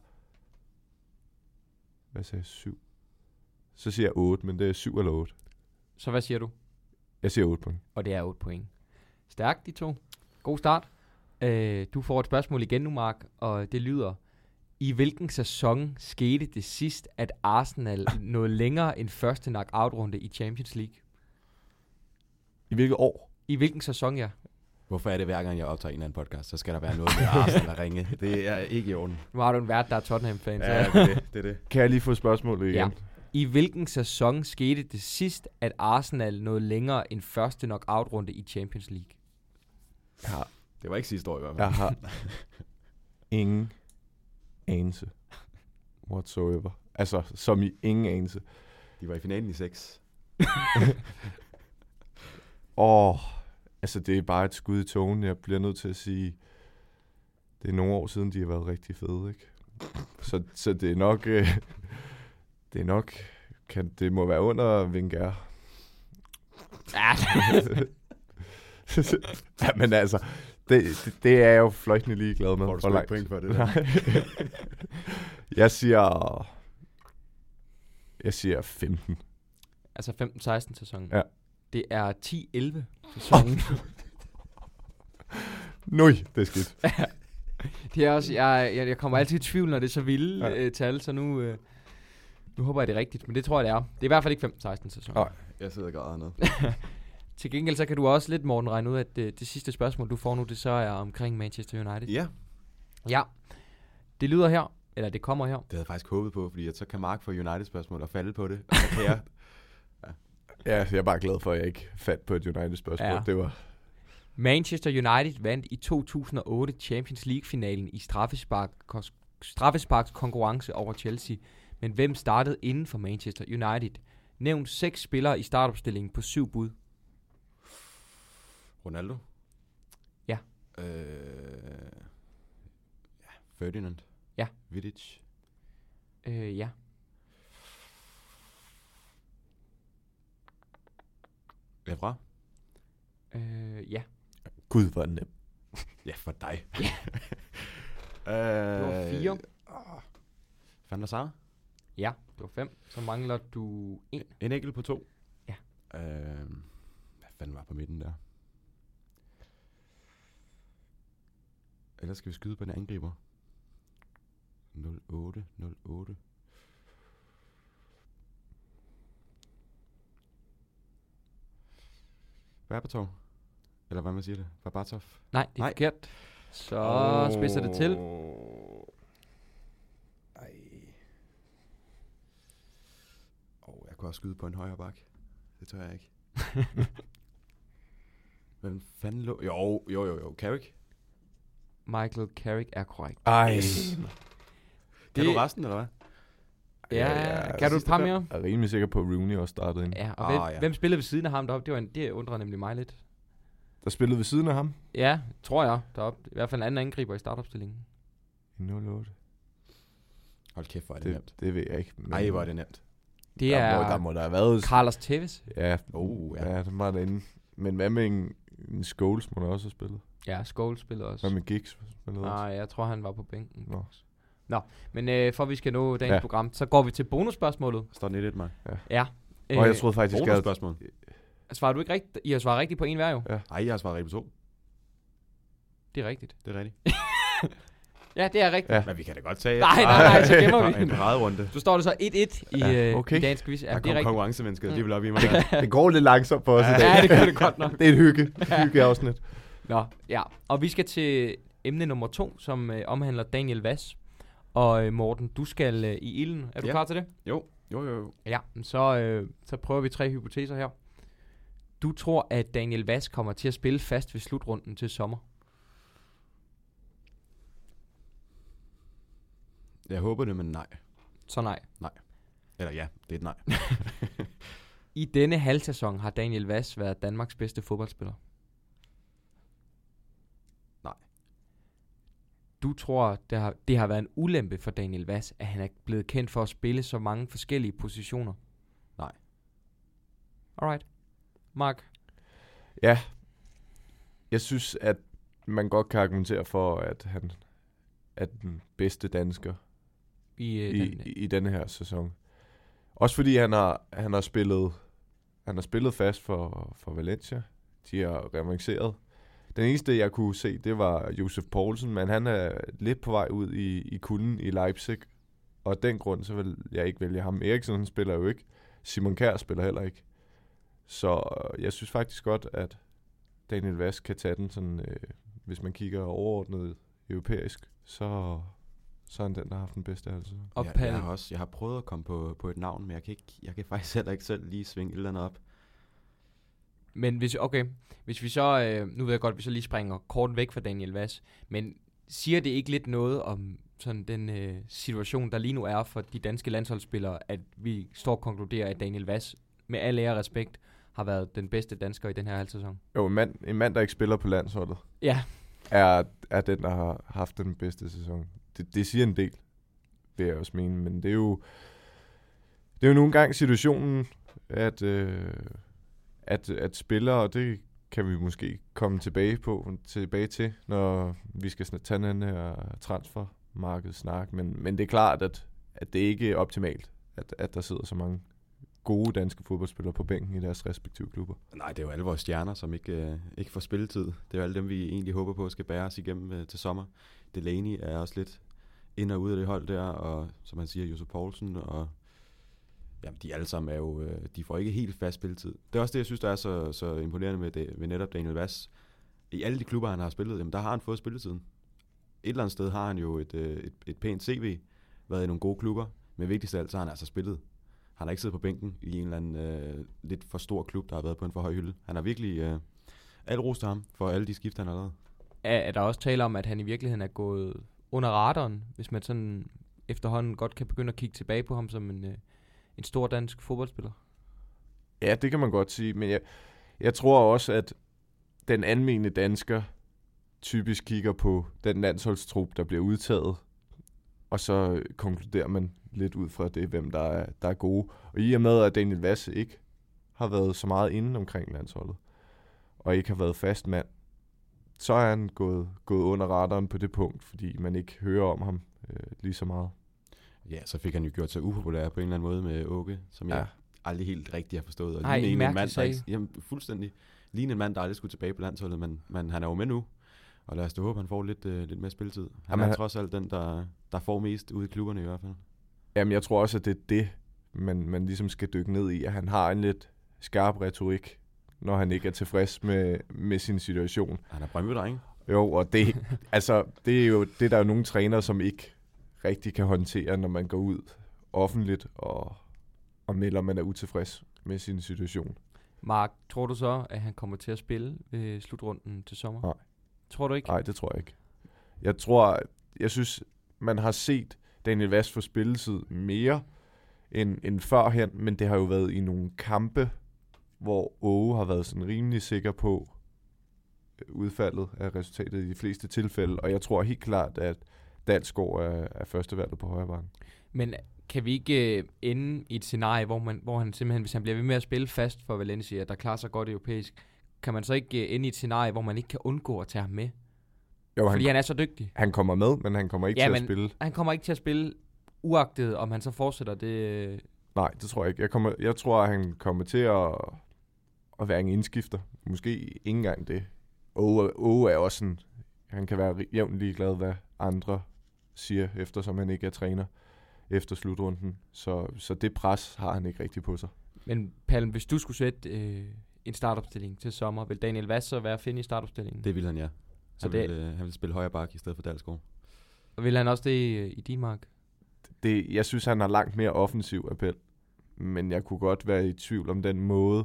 Hvad sagde jeg? Syv? Så siger jeg otte, men det er syv eller otte. Så hvad siger du? Jeg siger otte point. Og det er otte point. Stærkt, de to. God start. Øh, du får et spørgsmål igen nu, Mark, og det lyder: i hvilken sæson skete det sidst, at Arsenal nåede længere end første knockout-runde i Champions League? I hvilket år? I hvilken sæson, ja? Hvorfor er det hver gang, jeg optager en eller anden podcast, så skal der være noget med Arsenal at ringe? Det er ikke i orden. Nu har du en vært, der er Tottenham-fan. Ja, så. det er det. det, er det. Kan jeg lige få spørgsmålet igen? Ja. I hvilken sæson skete det sidst, at Arsenal nåede længere end første knockout-runde i Champions League? Jeg har, Det var ikke sidste år i hvert fald. jeg har ingen anelse whatsoever. Altså, som i ingen anelse. De var i finalen i seks. Åh, altså det er bare et skud i togen. Jeg bliver nødt til at sige, det er nogle år siden, de har været rigtig fede, ikke? Så, så det er nok, øh, det er nok, kan, det må være under Wenger. Ja. Ja, men altså, det, det, det er jeg jo fløjtende ligeglad med. Får du Hvor sgu langt- ikke point for det? Nej. Jeg siger, jeg siger femten. Altså femten seksten sæsonen. Ja. Det er ti elleve sæsonen. Nøj, det er skidt. Det er også, jeg, jeg, jeg kommer altid i tvivl, når det er så vilde Ja. ja. øh, tal, så nu, øh, Nu håber jeg, det er rigtigt, men det tror jeg, det er. Det er i hvert fald ikke femten seksten sæson. Nej. Jeg sidder og græder ned. Til gengæld så kan du også lidt, Morten, regne ud, at det, det sidste spørgsmål, du får nu, det så er omkring Manchester United. Ja, Ja. Det lyder her, eller det kommer her. det havde jeg faktisk håbet på, fordi at så kan Mark få United-spørgsmål og falde på det. Og så kan jeg... Ja, jeg er bare glad for, at jeg ikke fandt på et United-spørgsmål. Ja. Det var... Manchester United vandt i to tusind og otte Champions League-finalen i straffespark, straffesparks konkurrence over Chelsea. Men hvem startede inden for Manchester United? Nævn seks spillere i startopstillingen på syv bud. Ronaldo? Ja. Øh... Ja, Ferdinand? Ja. Vidic? Øh, ja. Evra? Øh, ja. Gud, hvor er den nem. Ja, for dig. Det var øh, fire. Van der Sar? Ja, det var fem. Så mangler du en. En enkelt på to? Ja. Øh, hvad fanden var på midten der? Ellers skal vi skyde på en angriber. nul otte, nul otte. Berbatov? Eller hvad man siger det? Berbatov? Nej, det er Nej. forkert. Så oh. spidser det til. Ej. Åh, oh, jeg kunne også skyde på en højre bak. Det tør jeg ikke. Hvem fanden lå? Jo, jo, jo, jo. Carrick? Michael Carrick er korrekt. Ej. Yes. Kan Det- du resten, eller hvad? Ja, ja, kan du et sidste par fem. mere? Jeg er rimelig sikker på, at Rooney også startede ind. Ja, og Ah, hvem, ja. hvem spillede ved siden af ham deroppe? Det, var en, det undrer nemlig mig lidt. Der spillede ved siden af ham Ja, tror jeg deroppe. I hvert fald en anden angriber i startopstillingen. i nul otte. Hold kæft, hvor er det, Det, nemt. det ved jeg ikke. Men Ej, hvor er det nemt. Det der er Må, der må der have været... Carlos Tevez. Ja, Oh, ja. ja. ja, det var derinde. Men hvad med en, en Scholes, må der også have spillet? Ja, Scholes spillede også. Hvad med Giggs spillede Nej, også? jeg tror, han var på bænken. Nå. Nå, men øh, for at vi skal nå dagens Ja. program, så går vi til bonusspørgsmålet. Står den et et, Mark? Ja. Og jeg troede faktisk, jeg Bonus havde... spørgsmål. Svarer du ikke rigtigt? I har svaret rigtigt på en hver jo. Ej, jeg har svaret rigtigt på to. Det er rigtigt. Det er rigtigt. Ja, det er rigtigt. Ja. Men vi kan da godt tage... Nej, nej, nej, så gemmer vi. En paraderunde. Så står det så et et i, Ja, øh, okay. i dagens quiz. Ja, Der det er kom rigtigt. konkurrencemennesker, de vil op i mig. Det går lidt langsomt på os i dag. Ja, det gør det godt nok. Det er et hygge, hygge afsnit. Nå, ja. Og vi skal til emne nummer to, som øh, omhandler Daniel Vass. Og øh, Morten, du skal øh, i ilden. Er du Ja. klar til det? Jo, jo, jo. jo. Ja, så, øh, så prøver vi tre hypoteser her. Du tror, at Daniel Vass kommer til at spille fast ved slutrunden til sommer. Jeg håber det, men nej. Så nej. Eller ja, det er et nej. I denne halvsæson har Daniel Vass været Danmarks bedste fodboldspiller. Nej. Du tror, det har, det har været en ulempe for Daniel Vass, at han er blevet kendt for at spille så mange forskellige positioner. Nej. Alright. Mark? Ja. Jeg synes, at man godt kan argumentere for, at han er den bedste dansker I, øh, i, den, i, i denne her sæson. Også fordi han har, han har spillet han har spillet fast for, for Valencia. De har revanceret. Den eneste, jeg kunne se, det var Josef Poulsen, men han er lidt på vej ud i, i kulden i Leipzig. Og af den grund, så vil jeg ikke vælge ham. Eriksen, han spiller jo ikke. Simon Kjær spiller heller ikke. Så øh, jeg synes faktisk godt, at Daniel Vass kan tage den sådan, øh, hvis man kigger overordnet europæisk, så, så er han den, der har haft den bedste altså. og jeg, Palle. jeg, har også, jeg har prøvet at komme på, på et navn, men jeg kan, ikke, jeg kan faktisk heller ikke selv lige svinge et eller andet op. Men hvis, okay, hvis vi så, øh, nu ved jeg godt, at vi så lige springer kort væk fra Daniel Vass, men siger det ikke lidt noget om sådan den øh, situation, der lige nu er for de danske landsholdsspillere, at vi står og konkluderer, at Daniel Vass, med al ære og respekt, har været den bedste dansker i den her halv sæson? Jo, en mand, en mand, der ikke spiller på landsholdet, Ja, er, er den, der har haft den bedste sæson. Det, det siger en del, vil jeg også mene, men det er jo, det er jo nogle gange situationen, at, øh, at, at spillere, og det kan vi måske komme tilbage på, tilbage til, når vi skal sn- tage den her transfermarkedssnak, men, men det er klart, at, at det ikke er optimalt, at, at der sidder så mange gode danske fodboldspillere på bænken i deres respektive klubber. Nej, det er jo alle vores stjerner, som ikke, øh, ikke får spilletid. Det er jo alle dem, vi egentlig håber på skal bære os igennem øh, til sommer. Delaney er også lidt ind og ud af det hold der, og som man siger, Josef Poulsen, og jamen, de alle sammen er jo, øh, de får ikke helt fast spilletid. Det er også det, jeg synes, der er så, så imponerende med, det, ved netop Daniel Vass. I alle de klubber, han har spillet, jamen, der har han fået spilletiden. Et eller andet sted har han jo et, øh, et, et pænt C V, været i nogle gode klubber, men vigtigst af alt, så har han altså spillet. Han har ikke siddet på bænken i en eller anden øh, lidt for stor klub, der har været på en for høj hylde. Han har virkelig øh, alt ros til ham for alle de skift, han har lavet. Er, er der også tale om, at han i virkeligheden er gået under radaren, hvis man sådan efterhånden godt kan begynde at kigge tilbage på ham som en, øh, en stor dansk fodboldspiller? Ja, det kan man godt sige, men jeg, jeg tror også, at den almene dansker typisk kigger på den landsholdstrup, der bliver udtaget, og så konkluderer man lidt ud fra det, hvem der er, der er gode. Og i og med, at Daniel Vass ikke har været så meget inde omkring landsholdet, og ikke har været fast mand, så er han gået, gået under radaren på det punkt, fordi man ikke hører om ham øh, lige så meget. Ja, så fik han jo gjort sig upopulær på en eller anden måde med Åke, som jeg Ja. aldrig helt rigtig har forstået. Og Ej, en lignende mærkelig mand, der sag. ikke, jamen, fuldstændig. Lignende en mand, der aldrig skulle tilbage på landsholdet, men, men han er jo med nu. Og lad os da håbe, han får lidt, øh, lidt mere spilletid. Han Jamen, er han- trods alt den, der, der får mest ude i klubberne i hvert fald. Jamen, jeg tror også, at det er det, man, man ligesom skal dykke ned i, at han har en lidt skarp retorik, når han ikke er tilfreds med, med sin situation. Han er Brøndby-dreng. Jo, og det, altså, det er jo det, der er nogle trænere, som ikke rigtig kan håndtere, når man går ud offentligt og, og melder, at man er utilfreds med sin situation. Mark, tror du så, at han kommer til at spille ved slutrunden til sommer? Nej. Tror du ikke? Nej, det tror jeg ikke. Jeg tror, jeg synes, man har set Daniel Vass få spilletid mere end, end førhen, men det har jo været i nogle kampe, hvor Åge har været sådan rimelig sikker på udfaldet af resultatet i de fleste tilfælde, og jeg tror helt klart, at Dalsgaard er, er førstevalget på højre bakke. Men kan vi ikke øh, ende i et scenarie, hvor, man, hvor han simpelthen, hvis han bliver ved med at spille fast for Valencia, der klarer sig godt europæisk, kan man så ikke øh, ende i et scenarie, hvor man ikke kan undgå at tage ham med? Jo, han, Fordi han er så dygtig. han kommer med, men han kommer ikke Ja, til men- at spille. Han kommer ikke til at spille, uagtet om han så fortsætter det. øh, Nej, det tror jeg ikke. Jeg, kommer, jeg tror, at han kommer til at, at være en indskifter. Måske ikke engang det. Åge, Åge er også sådan, han kan være ri- jævnt ligeglad, hvad andre siger, eftersom han ikke er træner efter slutrunden. Så, så det pres har han ikke rigtig på sig. Men Palm, hvis du skulle sætte øh, en startopstilling til sommer, vil Daniel Vass så være at finde i startopstillingen? Det vil han, ja. Så Han, det- vil, øh, han vil spille højre bak i stedet for Dalsgaard. Og vil han også det øh, i din mark? Det, jeg synes, han har langt mere offensiv appel. Men jeg kunne godt være i tvivl om den måde,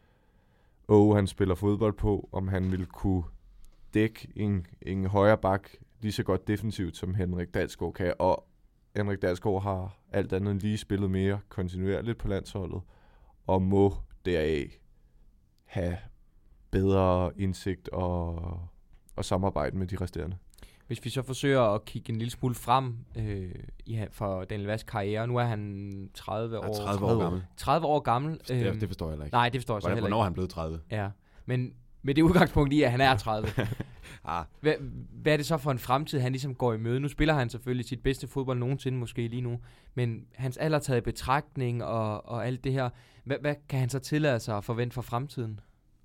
Åge han spiller fodbold på, om han ville kunne dække en, en højre bak lige så godt defensivt, som Henrik Dalsgaard kan. Og Henrik Dalsgaard har alt andet end lige spillet mere kontinuerligt på landsholdet, og må deraf have bedre indsigt og, og samarbejde med de resterende. Hvis vi så forsøger at kigge en lille smule frem øh, i, ha- for Daniel Vass karriere, nu er han tredive Han er år, tredive år gammel. tredive år gammel. Det, øhm, det forstår jeg heller ikke. nej, det forstår jeg så Hvordan- heller Hvornår er ikke. han blevet tredive? Ja, men med det udgangspunkt i, at han er tredive. Ah, Hvad, hvad er det så for en fremtid, han ligesom går i møde? Nu spiller han selvfølgelig sit bedste fodbold nogensinde måske lige nu, men hans alder taget i betragtning og, og alt det her, hvad, hvad kan han så tillade sig at forvente for fremtiden?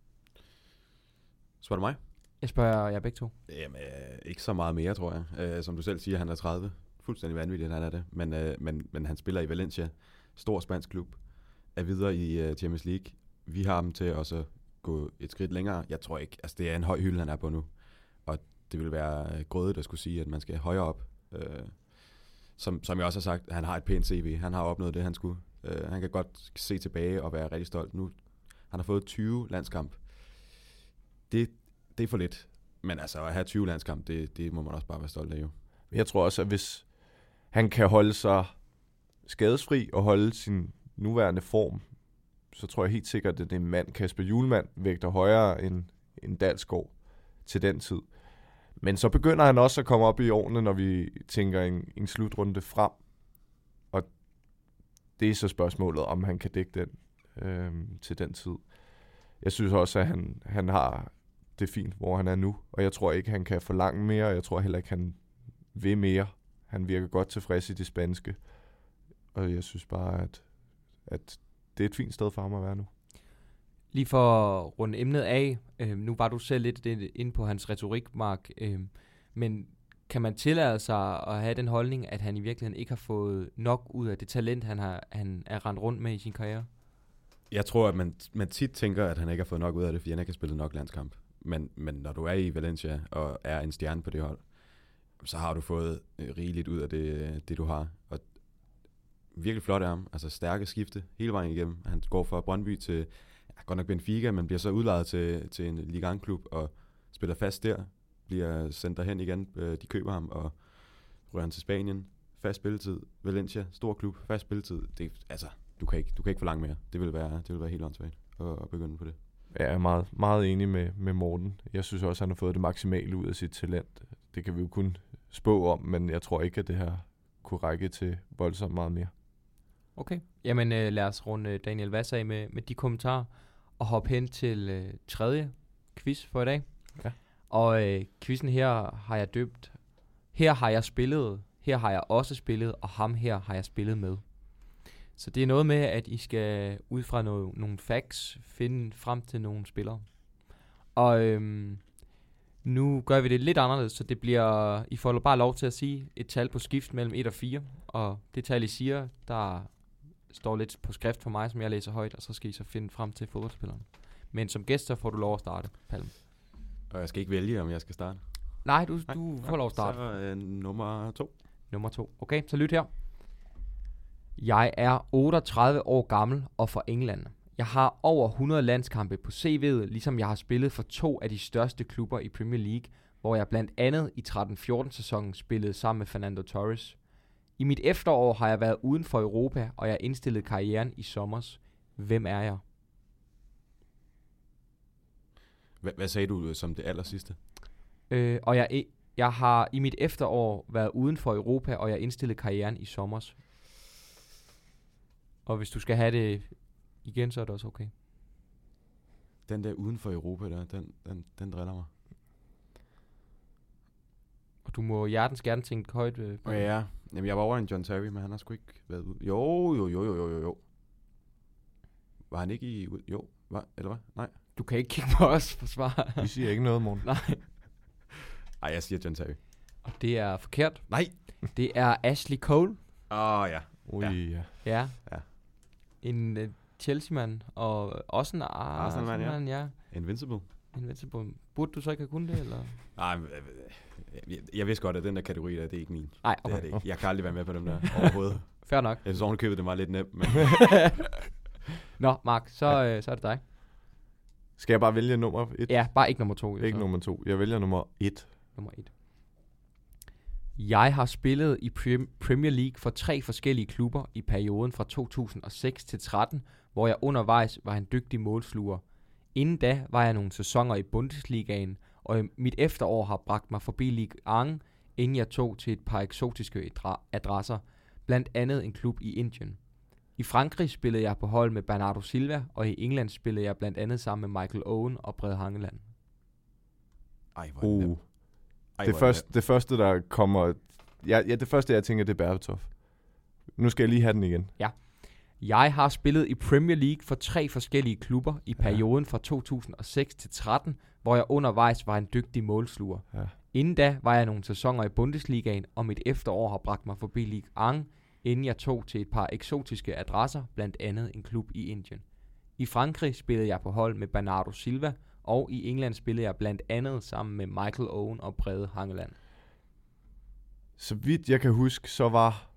spørger du mig? Jeg spørger jer begge to. Jamen, øh, ikke så meget mere, tror jeg. Øh, som du selv siger, han er tredive. Fuldstændig vanvittigt, han er det. Men, øh, men, men han spiller i Valencia. Stor spansk klub. Er videre i øh, Champions League. Vi har ham til at også gå et skridt længere. Jeg tror ikke, altså det er en høj hylde, han er på nu. Og det vil være grødet at skulle sige, at man skal højere op. Øh, som, som jeg også har sagt, han har et pænt C V. Han har opnået det, han skulle. Øh, han kan godt se tilbage og være rigtig stolt. Nu han har fået tyve landskamp. Det, det er for lidt. Men altså at have tyve landskamp, det, det må man også bare være stolt af jo. Jeg tror også, at hvis han kan holde sig skadesfri og holde sin nuværende form, så tror jeg helt sikkert, at det er en mand, Kasper Hjulmand, vægter højere end, end Dalsgaard til den tid. Men så begynder han også at komme op i årene, når vi tænker en, en slutrunde frem. Og det er så spørgsmålet, om han kan dække den øh, til den tid. Jeg synes også, at han, han har det fint, hvor han er nu. Og jeg tror ikke, han kan forlange mere, og jeg tror heller ikke, han vil mere. Han virker godt tilfreds i det spanske. Og jeg synes bare, at, at det er et fint sted for ham at være nu. Lige for at runde emnet af, øh, nu var du selv lidt, lidt inde på hans retorik, Mark, øh, men kan man tillade sig at have den holdning, at han i virkeligheden ikke har fået nok ud af det talent, han, har, han er rendt rundt med i sin karriere? Jeg tror, at man, man tit tænker, at han ikke har fået nok ud af det, fordi han ikke har spillet nok landskamp. Men, men når du er i Valencia og er en stjerne på det hold, så har du fået øh, rigeligt ud af det, det, du har. Og virkelig flot af ham. Altså stærke skifte hele vejen igennem. Han går fra Brøndby til, ja, godt nok Benfica, men bliver så udlejet til, til en Ligue et-klub og spiller fast der. Bliver sendt derhen igen. De køber ham og rører han til Spanien. Fast spilletid. Valencia, stor klub, fast spilletid. Det, altså, du kan ikke, du kan ikke forlange mere. Det vil være, det vil være helt åndssvagt at, at begynde på det. Jeg er meget, meget enig med, med Morten. Jeg synes også, at han har fået det maksimale ud af sit talent. Det kan vi jo kun spå om, men jeg tror ikke, at det her kunne række til voldsomt meget mere. Okay. Jamen øh, lad os runde Daniel Hvass af med, med de kommentarer og hoppe hen til øh, tredje quiz for i dag. Ja. Og øh, quizzen her har jeg døbt. Her har jeg spillet, her har jeg også spillet, og ham her har jeg spillet med. Så det er noget med, at I skal ud fra no- nogle facts finde frem til nogle spillere. Og øhm, nu gør vi det lidt anderledes, så det bliver, I får bare lov til at sige et tal på skift mellem et og fire. Og det tal, I siger, der står lidt på skrift for mig, som jeg læser højt, og så skal I så finde frem til fodboldspilleren. Men som gæst, så får du lov at starte, Palm. Og jeg skal ikke vælge, om jeg skal starte. Nej, du, du får lov at starte. Så øh, nummer to. Nummer to. Okay, så lyt her. Jeg er otteogtredive år gammel og fra England. Jeg har over hundrede landskampe på C V'et, ligesom jeg har spillet for to af de største klubber i Premier League, hvor jeg blandt andet i tretten fjorten sæsonen spillede sammen med Fernando Torres. I mit efterår har jeg været uden for Europa, og jeg indstillede karrieren i sommers. Hvem er jeg? Hva, hvad sagde du som det aller sidste? Øh, og jeg, jeg har i mit efterår været uden for Europa, og jeg indstillede karrieren i sommers. Og hvis du skal have det igen, så er det også okay. Den der uden for Europa, der, den, den, den driller mig. Og du må hjertens gerne tænke højt. Øh, Ja, ja. Jamen, jeg var over en John Terry, men han har sgu ikke været ude. Jo, jo, jo, jo, jo, jo, jo. Var han ikke i... Jo, var, eller hvad? Nej. Du kan ikke kigge på os for svar. Vi siger ikke noget, Morten. Nej. Ej, jeg siger John Terry. Og det er forkert. Nej. Det er Ashley Cole. Åh, oh, ja. Ui, ja. Ja. Ja. En uh, Chelsea-mand, og også en Arsenal-mand, ja. Arsenal-mand, ja. Invincible. Invincible. Burde du så ikke have kunnet det, eller? Nej, men, øh, jeg, jeg vidste godt, at den der kategori der, det er ikke min. Nej, Det er okay. det ikke. Jeg kan aldrig være med på dem der overhovedet. Fair nok. Jeg synes ovenikøbet, det var lidt nemt, men Nå, Mark, så, ja. øh, så er det dig. Skal jeg bare vælge nummer et? Ja, bare ikke nummer to. Ikke så. nummer to. Jeg vælger nummer et. Nummer et. Jeg har spillet i Prem- Premier League for tre forskellige klubber i perioden fra to tusind og seks til tretten, hvor jeg undervejs var en dygtig målsluger. Inden da var jeg nogle sæsoner i Bundesligaen, og mit efterår har bragt mig forbi Ligue et, inden jeg tog til et par eksotiske adra- adresser, blandt andet en klub i Indien. I Frankrig spillede jeg på hold med Bernardo Silva, og i England spillede jeg blandt andet sammen med Michael Owen og Brede Hangeland. ej, hvor er det Uh. nemt. Ej, Det hvor er første, det første, der kommer... Ja, ja, det første, jeg tænker, det er Berbatov. Nu skal jeg lige have den igen. Jeg har spillet i Premier League for tre forskellige klubber i Ja. perioden fra to tusind og seks til tretten, hvor jeg undervejs var en dygtig målsluger. Ja. Inden da var jeg nogle sæsoner i Bundesligaen, og mit efterår har bragt mig forbi Ligue et, inden jeg tog til et par eksotiske adresser, blandt andet en klub i Indien. I Frankrig spillede jeg på hold med Bernardo Silva, og i England spillede jeg blandt andet sammen med Michael Owen og Brede Hangeland. Så vidt jeg kan huske, så var...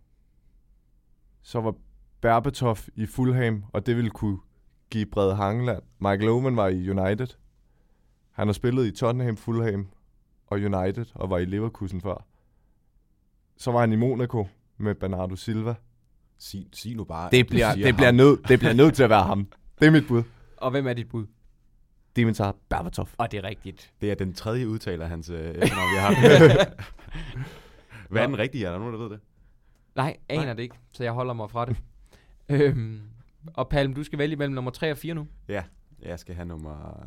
Så var Berbatov i Fulham, og det ville kunne give Brede Hangeland. Michael Owen var i United. Han har spillet i Tottenham, Fulham og United, og var i Leverkusen før. Så var han i Monaco med Bernardo Silva. Sig, sig nu bare, Det at du bliver, siger det bliver, ham. nød, det bliver nødt til at være ham. Det er mit bud. Og hvem er dit bud? Dimitar Berbatov. Og det er rigtigt. Det er den tredje udtaler hans øh, efternavn, vi har haft. Hvad er den rigtige? Er der nogen, der ved det? Nej, aner Nej. det ikke, så jeg holder mig fra det. øhm, og Palm, du skal vælge mellem nummer tre og fire nu. Ja, jeg skal have nummer...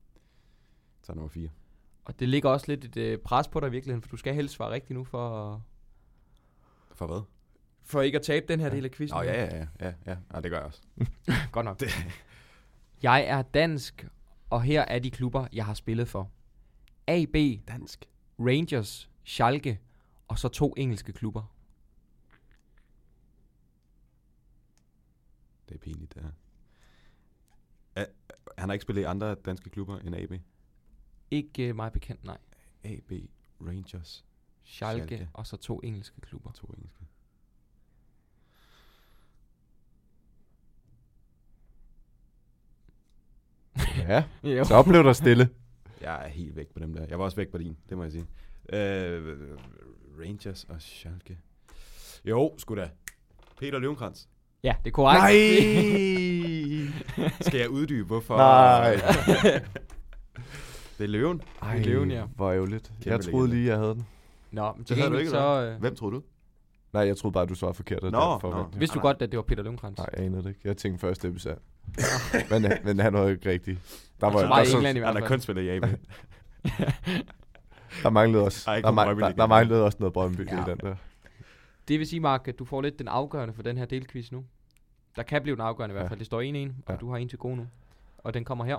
Så nummer fire. Og det ligger også lidt et øh, pres på dig i virkeligheden, for du skal helst svare rigtigt nu, for, For hvad? for ikke at tabe den her Ja. del af quizzen. Nå, ja, ja, ja, ja, ja. ja, det gør jeg også. Godt nok. Jeg er dansk, og her er de klubber, jeg har spillet for. A B, Dansk. Rangers, Schalke og så to engelske klubber. Det er pinligt, det her. Er, han har ikke spillet i andre danske klubber end A B? Ikke øh, meget bekendt, nej. A B, Rangers, Schalke, Schalke. og så to engelske klubber. to engelske. Ja, Jo. så blev der stille. Jeg er helt væk på dem der. Jeg var også væk på din, det må jeg sige. Øh, Rangers og Schalke. Jo, sgu da. Peter Løvenkrantz. Ja, det er korrekt. Nej! Skal jeg uddybe, hvorfor? Nej. Det er Løven. Ej, Løven, ja. hvor ærgerligt. Kæmpe Jeg troede legende. lige, jeg havde den. Nå, men til Det havde du gengæld ikke, så... eller? Øh, Hvem troede du? Nej, jeg troede bare, du svarede forkert. og Nå, derfor nå. vandt jeg. vidste du nej. godt, at det var Peter Løvenkrantz? Nej, jeg anede det ikke. Jeg tænkte først, det var men, men han var jo ikke rigtig. Der, var, Så der, var i så, England i hvert Han fald. har kun spillet i A B. der manglede også, Ej, ikke der, nogen ma- Brøndby der, Liga. der manglede også noget Brøndby Ja. i den der. Det vil sige, Mark, at du får lidt den afgørende for den her delquiz nu. Der kan blive den afgørende i hvert Ja. fald. Det står en en, og Ja. du har en til gode nu. Og den kommer her.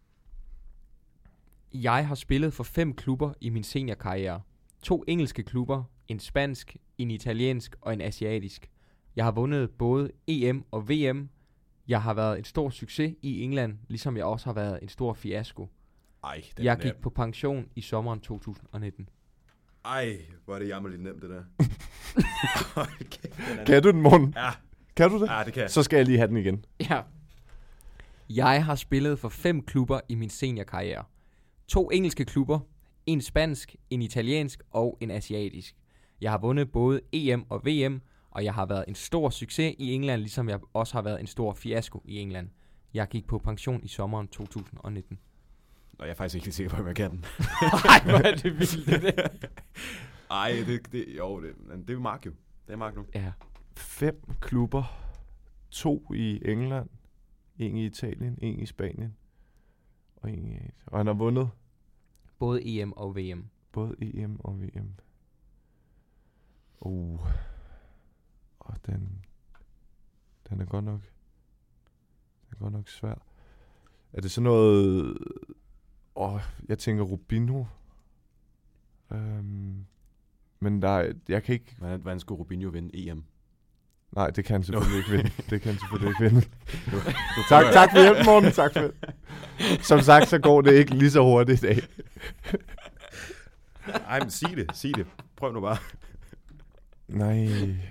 Jeg har spillet for fem klubber i min seniorkarriere. To engelske klubber, en spansk, en italiensk og en asiatisk. Jeg har vundet både E M og V M. Jeg har været en stor succes i England, ligesom jeg også har været en stor fiasko. Ej, den Jeg er gik nem. på pension i sommeren to tusind og nitten. Ej, hvor er det jammerligt nemt, det der. Hold kæft, den er Kan du den, Morten? Ja. Kan du det? Ja, det kan jeg. Så skal jeg lige have den igen. Ja. Jeg har spillet for fem klubber i min seniorkarriere. To engelske klubber, en spansk, en italiensk og en asiatisk. Jeg har vundet både E M og V M, og jeg har været en stor succes i England, ligesom jeg også har været en stor fiasko i England. Jeg gik på pension i sommeren to tusind og nitten. Nå, jeg er faktisk ikke helt sikker på, om jeg kan den. Ej, hvor er det vildt, det der. Ej, det, det, jo, det, men det er Mark jo. Det er Mark nu. Ja. Fem klubber. To i England. En i Italien. En i Spanien. Og en i... Og han har vundet Både E M og V M. både E M og V M. Uh. Og den... Den er godt nok... Den er godt nok svær. Er det sådan noget... Åh, jeg tænker Rubinho. Øhm, men der er... Jeg kan ikke... Hvordan, hvordan skulle Rubinho vinde E M? Nej, det kan han selvfølgelig ikke vinde. Det kan han selvfølgelig ikke vinde. Du, du Tak, tak for hjælpen, Morten. Tak for Som sagt, så går det ikke lige så hurtigt i dag. Ej, men sig det, sig det. Prøv nu bare. Nej.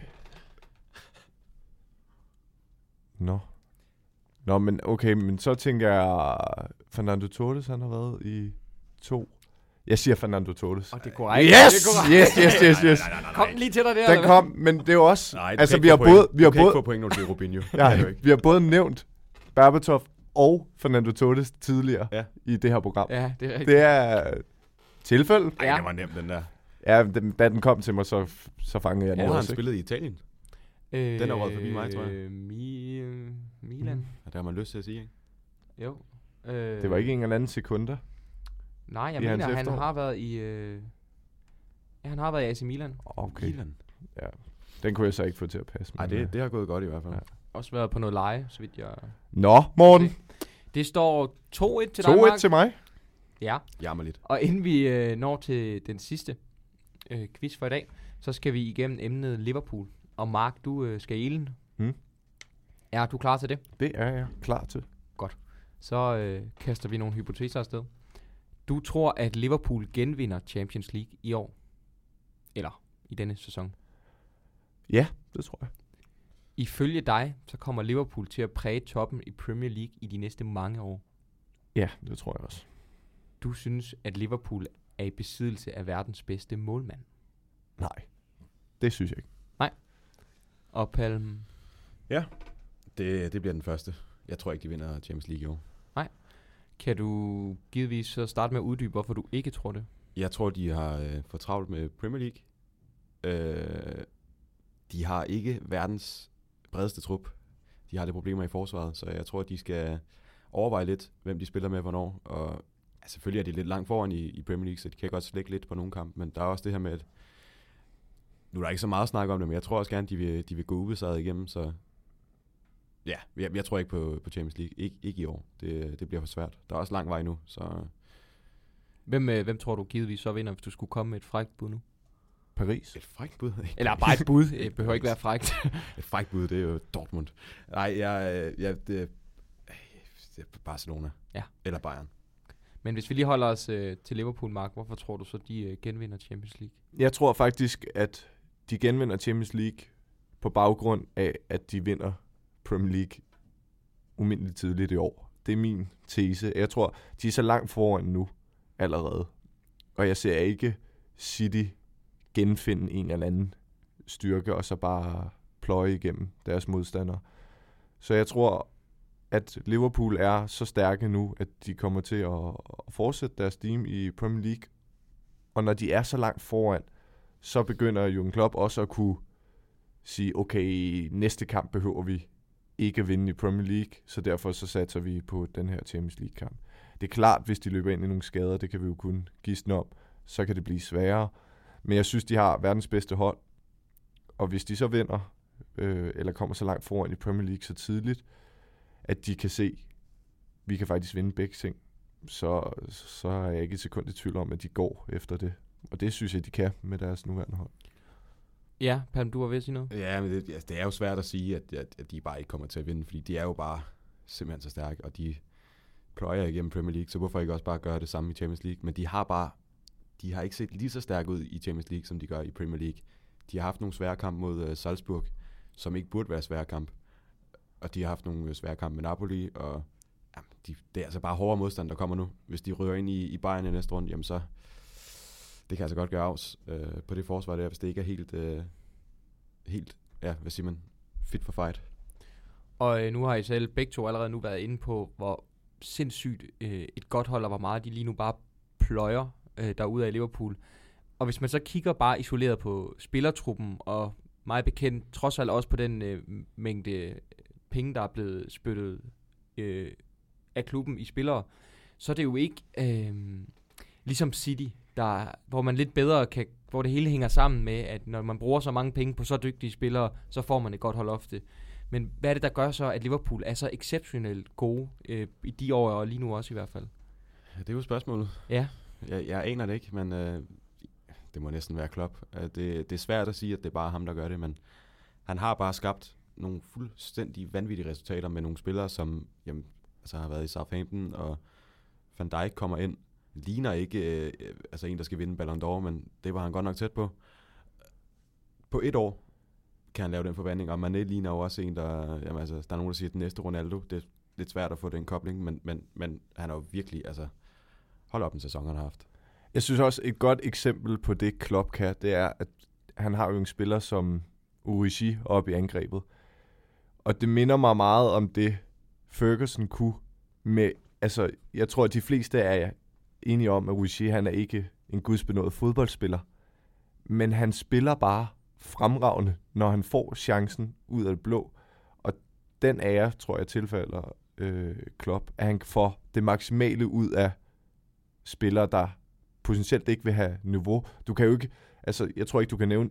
Nå. Nå, men okay, men så tænker jeg, Fernando Torres, han har været i to. Jeg siger Fernando Torres. Og det er korrekt. Yes! Det er korrekt. Yes, yes, yes, yes. Kom den lige til dig der. Den eller kom, men det er jo også... Nej, altså, vi har både... Vi har du kan ikke både få point, når du siger Rubinho. ja, Det kan du ikke. vi har både nævnt Berbatov og Fernando Torres tidligere Ja. i det her program. Ja, det er rigtigt. Det er tilfælde. Ej, Ja. det var nemt, den der. Ja, den, da den kom til mig, så, så fangede jeg den Hvor har han også. Ikke? spillet i Italien? Øh, Den er røget forbi mig, tror jeg. øh, Mi, øh, Milan. Ja, det har man lyst til at sige, ikke? Jo. Øh, Det var ikke en eller anden sekunder. Nej, jeg i hans mener, han efterår. har været i... Øh, ja, han har været i A C Milan. Okay. Milan. Ja. Den kunne jeg så ikke få til at passe. Ej, men, øh, det, det har gået godt i hvert fald. Ja. Også været på noget leje, så vidt jeg... Nå, Morten. Det står to et til dig, to Mark. et til mig. Ja, Jammerligt. og inden vi øh, når til den sidste øh, quiz for i dag, så skal vi igennem emnet Liverpool. Og Mark, du øh, skal i ilden. Mm. Er du klar til det? Det er jeg klar til. Så øh, kaster vi nogle hypoteser afsted. Du tror, at Liverpool genvinder Champions League i år? Eller i denne sæson? Ja, det tror jeg. Ifølge dig, så kommer Liverpool til at præge toppen i Premier League i de næste mange år. Ja, det tror jeg også. Du synes, at Liverpool er i besiddelse af verdens bedste målmand. Nej, det synes jeg ikke. Og Palm, Det, det bliver den første. Jeg tror ikke, de vinder Champions League i år. kan du givetvis så starte med at uddybe, hvorfor du ikke tror det? Jeg tror, de har øh, for travlt med Premier League. Øh, de har ikke verdens bredeste trup. De har lidt problemer i forsvaret, så jeg tror, at de skal overveje lidt, hvem de spiller med hvornår. Og ja, selvfølgelig er de lidt langt foran i, i Premier League, så de kan godt slække lidt på nogle kampe. Men der er også det her med, at nu er der ikke så meget snak om det, men jeg tror også gerne, de vil, de vil gå ubesejret igennem. Så ja, jeg, jeg tror ikke på, på Champions League. Ik, ikke i år. Det, det bliver for svært. Der er også lang vej nu, så... Hvem, øh, hvem tror du givetvis så vinder, hvis du skulle komme med et frækt bud nu? Paris. Et frækt bud. Eller bare et bud. Det behøver ikke være frækt. Et frækt bud, det er jo Dortmund. Nej, jeg, jeg, det, det er Barcelona. Ja. Eller Bayern. Men hvis vi lige holder os øh, til Liverpool, Mark, hvorfor tror du så, de øh, genvinder Champions League? Jeg tror faktisk, at de genvinder Champions League på baggrund af, at de vinder Premier League umindeligt tidligt i år. Det er min tese. Jeg tror, de er så langt foran nu allerede. Og jeg ser ikke City genfinde en eller anden styrke, og så bare pløje igennem deres modstandere. Så jeg tror, at Liverpool er så stærke nu, at de kommer til at fortsætte deres team i Premier League. Og når de er så langt foran, så begynder Jürgen Klopp også at kunne sige, okay, næste kamp behøver vi ikke at vinde i Premier League, så derfor så satser vi på den her Champions League-kamp. Det er klart, hvis de løber ind i nogle skader, det kan vi jo kun gisne om, så kan det blive sværere. Men jeg synes, de har verdens bedste hold, og hvis de så vinder, øh, eller kommer så langt foran i Premier League så tidligt, at de kan se, vi kan faktisk vinde begge ting, så, så er jeg ikke et sekund i tvivl om, at de går efter det. Og det synes jeg, de kan med deres nuværende hold. Ja, Palm, du var ved at sige noget? Ja, men det, altså, det er jo svært at sige, at, at, at de bare ikke kommer til at vinde, fordi de er jo bare simpelthen så stærke, og de pløjer igennem Premier League, så hvorfor ikke også bare gøre det samme i Champions League? Men de har bare, de har ikke set lige så stærke ud i Champions League, som de gør i Premier League. De har haft nogle svære kampe mod uh, Salzburg, som ikke burde være svære kamp, og de har haft nogle svære kampe med Napoli, og jamen, de, det er altså bare hårdere modstand, der kommer nu. Hvis de rører ind i, i Bayern i næste runde, jamen så, det kan altså godt gøre afs øh, på det forsvar der, hvis det ikke er helt, øh, helt, ja, hvad siger man, fit for fight. Og øh, nu har I selv begge to allerede nu været inde på, hvor sindssygt øh, et godt hold, og hvor meget de lige nu bare pløjer øh, derude af Liverpool. Og hvis man så kigger bare isoleret på spillertruppen, og meget bekendt, trods alt også på den øh, mængde penge, der er blevet spyttet øh, af klubben i spillere, så er det jo ikke øh, ligesom City, der, hvor man lidt bedre kan, hvor det hele hænger sammen med, at når man bruger så mange penge på så dygtige spillere, så får man et godt hold ofte. Men hvad er det, der gør så, at Liverpool er så exceptionelt gode øh, i de år, og lige nu også i hvert fald? Ja, det er jo spørgsmålet. Ja. Jeg, jeg aner det ikke, men øh, det må næsten være Klopp. Det, det er svært at sige, at det er bare ham, der gør det, men han har bare skabt nogle fuldstændig vanvittige resultater med nogle spillere, som jamen, altså har været i Southampton, og Van Dijk kommer ind. Ligner ikke øh, altså en, der skal vinde Ballon d'Or, men det var han godt nok tæt på. På et år kan han lave den forvandling, og Mané ligner jo også en, der, jamen, altså, der er nogen, der siger, at den næste Ronaldo, det er lidt svært at få den kobling, men, men, men han er jo virkelig, altså, hold op en sæson, han har haft. Jeg synes også, et godt eksempel på det, Klopp kan, det er, at han har jo en spiller som Origi oppe i angrebet. Og det minder mig meget om det, Ferguson kunne med, altså, jeg tror, at de fleste er enige om, at Origi, han er ikke en gudsbenået fodboldspiller, men han spiller bare fremragende, når han får chancen ud af det blå. Og den ære, tror jeg, tilfælder øh, Klopp, at han får det maksimale ud af spillere, der potentielt ikke vil have niveau. Du kan jo ikke, altså, jeg tror ikke, du kan nævne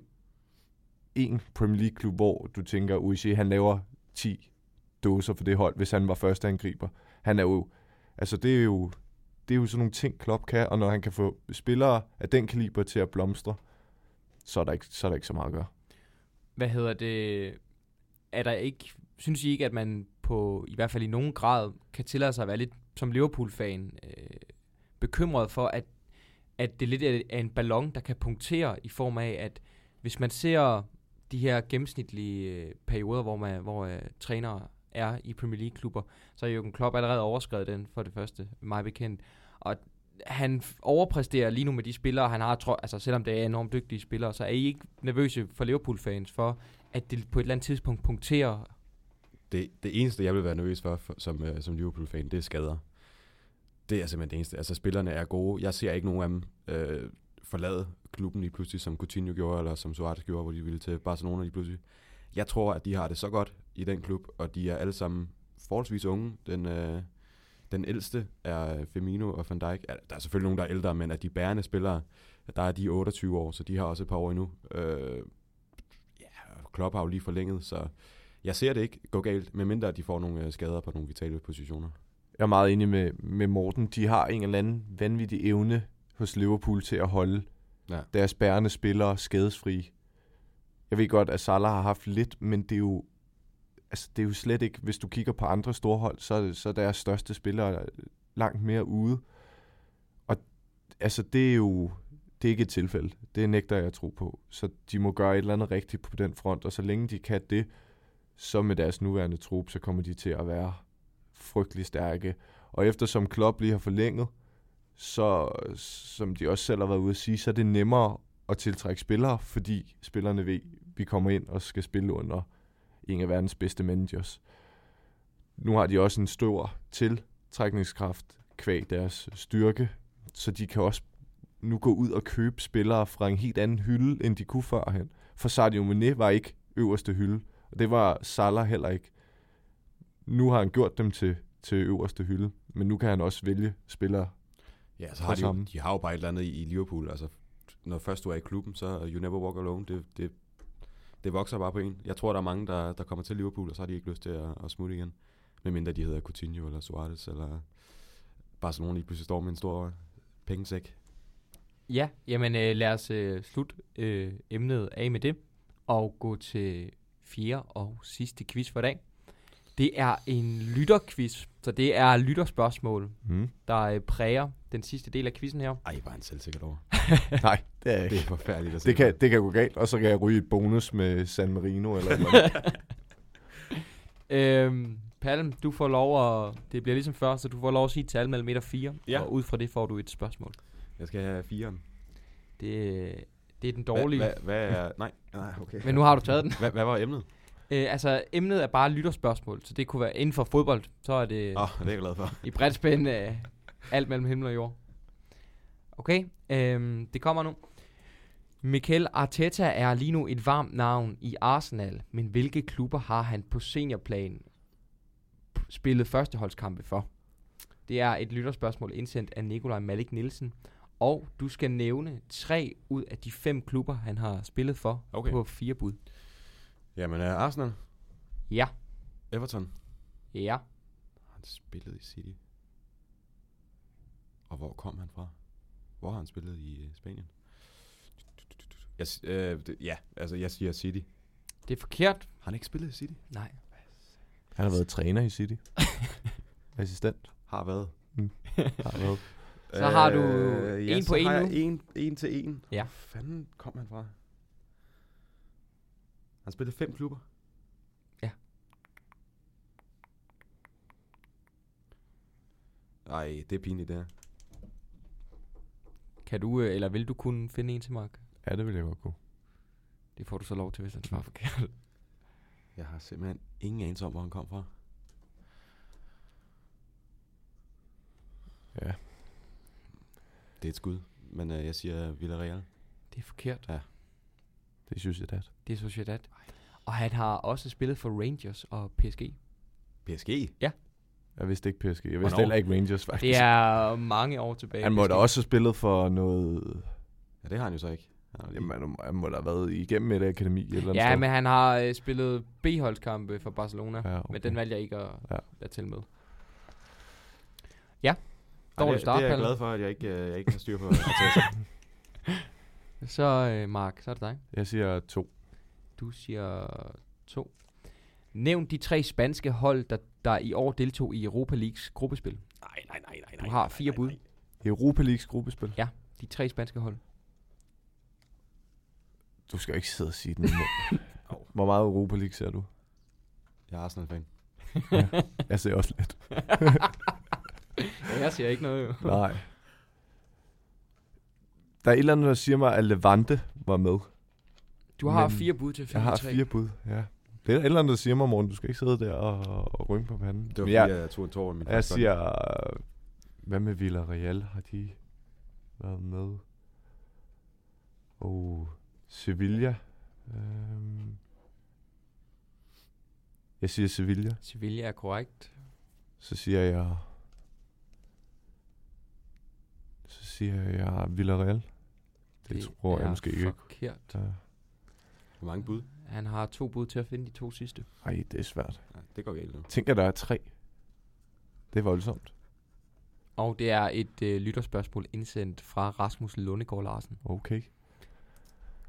en Premier League-klub, hvor du tænker, Origi, han laver ti dåser for det hold, hvis han var første angriber. Han er jo, altså, det er jo, det er jo sådan nogle ting, Klopp kan, og når han kan få spillere af den kaliber til at blomstre, så er der ikke så, er der ikke så meget at gøre. Hvad hedder det? Er der ikke, synes I ikke, at man på, i hvert fald i nogen grad, kan tillade sig at være lidt som Liverpool-fan øh, bekymret for, at, at det lidt er en ballon, der kan punktere i form af, at hvis man ser de her gennemsnitlige øh, perioder, hvor, man, hvor øh, trænere er i Premier League-klubber, så er Jürgen Klopp allerede overskrevet den for det første, meget bekendt. Og han overpræsterer lige nu med de spillere, han har, tro, altså selvom det er enormt dygtige spillere, så er I ikke nervøse for Liverpool-fans for, at det på et eller andet tidspunkt punkterer? Det, det eneste, jeg vil være nervøs for, for som, uh, som Liverpool-fan, det er skader. Det er simpelthen det eneste. Altså, spillerne er gode. Jeg ser ikke nogen af dem øh, forlade klubben lige pludselig, som Coutinho gjorde, eller som Suarez gjorde, hvor de ville til Barcelona lige pludselig. Jeg tror, at de har det så godt i den klub, og de er alle sammen forholdsvis unge. Den, øh, den ældste er Firmino og Van Dijk. Ja, der er selvfølgelig nogen, der er ældre, men af de bærende spillere, der er de otteogtyve år, så de har også et par år endnu. Øh, ja, Klopp har jo lige forlænget, så jeg ser det ikke gå galt, medmindre at de får nogle øh, skader på nogle vitale positioner. Jeg er meget enig med, med Morten. De har en eller anden vanvittig evne hos Liverpool til at holde Ja. Deres bærende spillere skadesfri. Jeg ved godt, at Salah har haft lidt, men det er jo, altså, det er jo slet ikke, hvis du kigger på andre storhold, så er, så er deres største spillere langt mere ude. Og altså, det er jo det er ikke et tilfælde. Det nægter jeg at tro på. Så de må gøre et eller andet rigtigt på den front, og så længe de kan det, så med deres nuværende trup, så kommer de til at være frygtelig stærke. Og eftersom Klopp lige har forlænget, så, som de også selv har været ude at sige, så er det nemmere at tiltrække spillere, fordi spillerne ved, at vi kommer ind og skal spille under en af verdens bedste managers. Nu har de også en stor tiltrækningskraft kvæg deres styrke, så de kan også nu gå ud og købe spillere fra en helt anden hylde, end de kunne førhen. For Sadio Mané var ikke øverste hylde, og det var Salah heller ikke. Nu har han gjort dem til, til øverste hylde, men nu kan han også vælge spillere. Ja, så har de, jo, de har jo bare et eller andet i, i Liverpool. Altså, når først du er i klubben, så you never walk alone. Det, det, det vokser bare på en. Jeg tror, der er mange, der, der kommer til Liverpool, og så har de ikke lyst til at, at smutte igen. Medmindre de hedder Coutinho eller Suarez, eller Barcelona lige pludselig står med en stor pengesæk. Ja, jamen øh, lad os øh, slutte øh, emnet af med det, og gå til fjerde og sidste quiz for i dag. Det er en lytterquiz, så det er lytterspørgsmål, Hmm. der øh, præger den sidste del af quizzen her. Ej, bare en selvsikkert over. Nej, det er ikke. Det er forfærdeligt at se. Det kan, det kan gå galt, og så kan jeg ryge et bonus med San Marino eller noget. øhm, Palm, du får lov at, det bliver ligesom før, så du får lov at sige et tal mellem et og fire, Ja. og ud fra det får du et spørgsmål. Jeg skal have firen. Det, det er den dårlige, Hvad, hvad, hvad er... Nej, nej, okay. men nu har du taget den. Hvad, hvad var emnet? Øh, altså, emnet er bare lytterspørgsmål, så det kunne være inden for fodbold, så er det Åh, oh, det er jeg glad for. i bredt spænd øh, alt mellem himmel og jord. Okay, øhm, det kommer nu. Mikel Arteta er lige nu et varmt navn i Arsenal, men hvilke klubber har han på seniorplan p- spillet førsteholdskampe for? Det er et lytterspørgsmål indsendt af Nikolaj Malik Nielsen, og du skal nævne tre ud af de fem klubber, han har spillet for Okay. på fire bud. Jamen, er Arsenal? Ja, Everton? ja, Han spillede i City. Og hvor kom han fra? Hvor har han spillet i uh, Spanien? Jeg, s- øh, det, ja, altså jeg siger City. det er forkert. Har han ikke spillet i City? Nej. Han har været træner i City. Assistent. Har været. Har været. Så har du Øh, ja, en så på en har nu. jeg en, en til en. Ja. Hvor fanden kom han fra? Han spillede fem klubber. Ja. Ej, det er pinligt, det her. Kan du, øh, eller vil du kunne finde en til Mark? Ja, det vil jeg godt kunne. Det får du så lov til, hvis han svarer forkert. Jeg har simpelthen ingen anelse om, hvor han kom fra. Ja. Det er et skud, men øh, jeg siger Villarreal. Det er forkert. Det synes jeg, det Det er Sociedad. Og han har også spillet for Rangers og P S G. P S G? Jeg vidste ikke P S G. Jeg vidste Hvornår? heller ikke Rangers, faktisk. Det er mange år tilbage. Han må da også have spillet for noget... Ja, det har han jo så ikke. Han har lige- Jamen, han- han må da have været igennem et akademi eller andet Ja, sted. men han har øh, spillet B-holdskampe for Barcelona. Ja, okay. Men den valgte jeg ikke at Ja. lade til med. Ja. Ej, Dårlig det, start, det er jeg Palle. glad for, at jeg ikke, øh, jeg ikke har styr på at tage. Så øh, Mark, så er det dig. Jeg siger to. Du siger to. Nævn de tre spanske hold, der, der i år deltog i Europa Leagues gruppespil. Nej, nej, nej, nej. Du har fire bud. Europa Leagues gruppespil. Ja, de tre spanske hold. Du skal ikke sidde og sige den. Hvor meget Europa League ser du? Jeg er Arsenal-fan. Jeg ser også lidt. Ja, jeg siger ikke noget jo. Nej. Der er et eller andet, der siger mig, at Levante var med. Du har Men fire bud til at finde Jeg har de tre. fire bud, ja. Det er et eller andet, der siger mig, Morten, du skal ikke sidde der og, og rynke på panden. Det var Men fordi, jeg, jeg tog en tår i mit jeg siger, øh, hvad med Villarreal? Har de været med? Og Sevilla. Øhm. Jeg siger Sevilla. Sevilla er korrekt. Så siger jeg... Så siger jeg Villarreal. Det, det tror jeg er måske ikke. forkert. Ja. Hvor mange bud? Han har to bud til at finde de to sidste. Ej, det er svært. Ja, det går galt nu. Tænk, at der er tre. Det er voldsomt. Og det er et øh, lytterspørgsmål indsendt fra Rasmus Lundegård Larsen. Okay.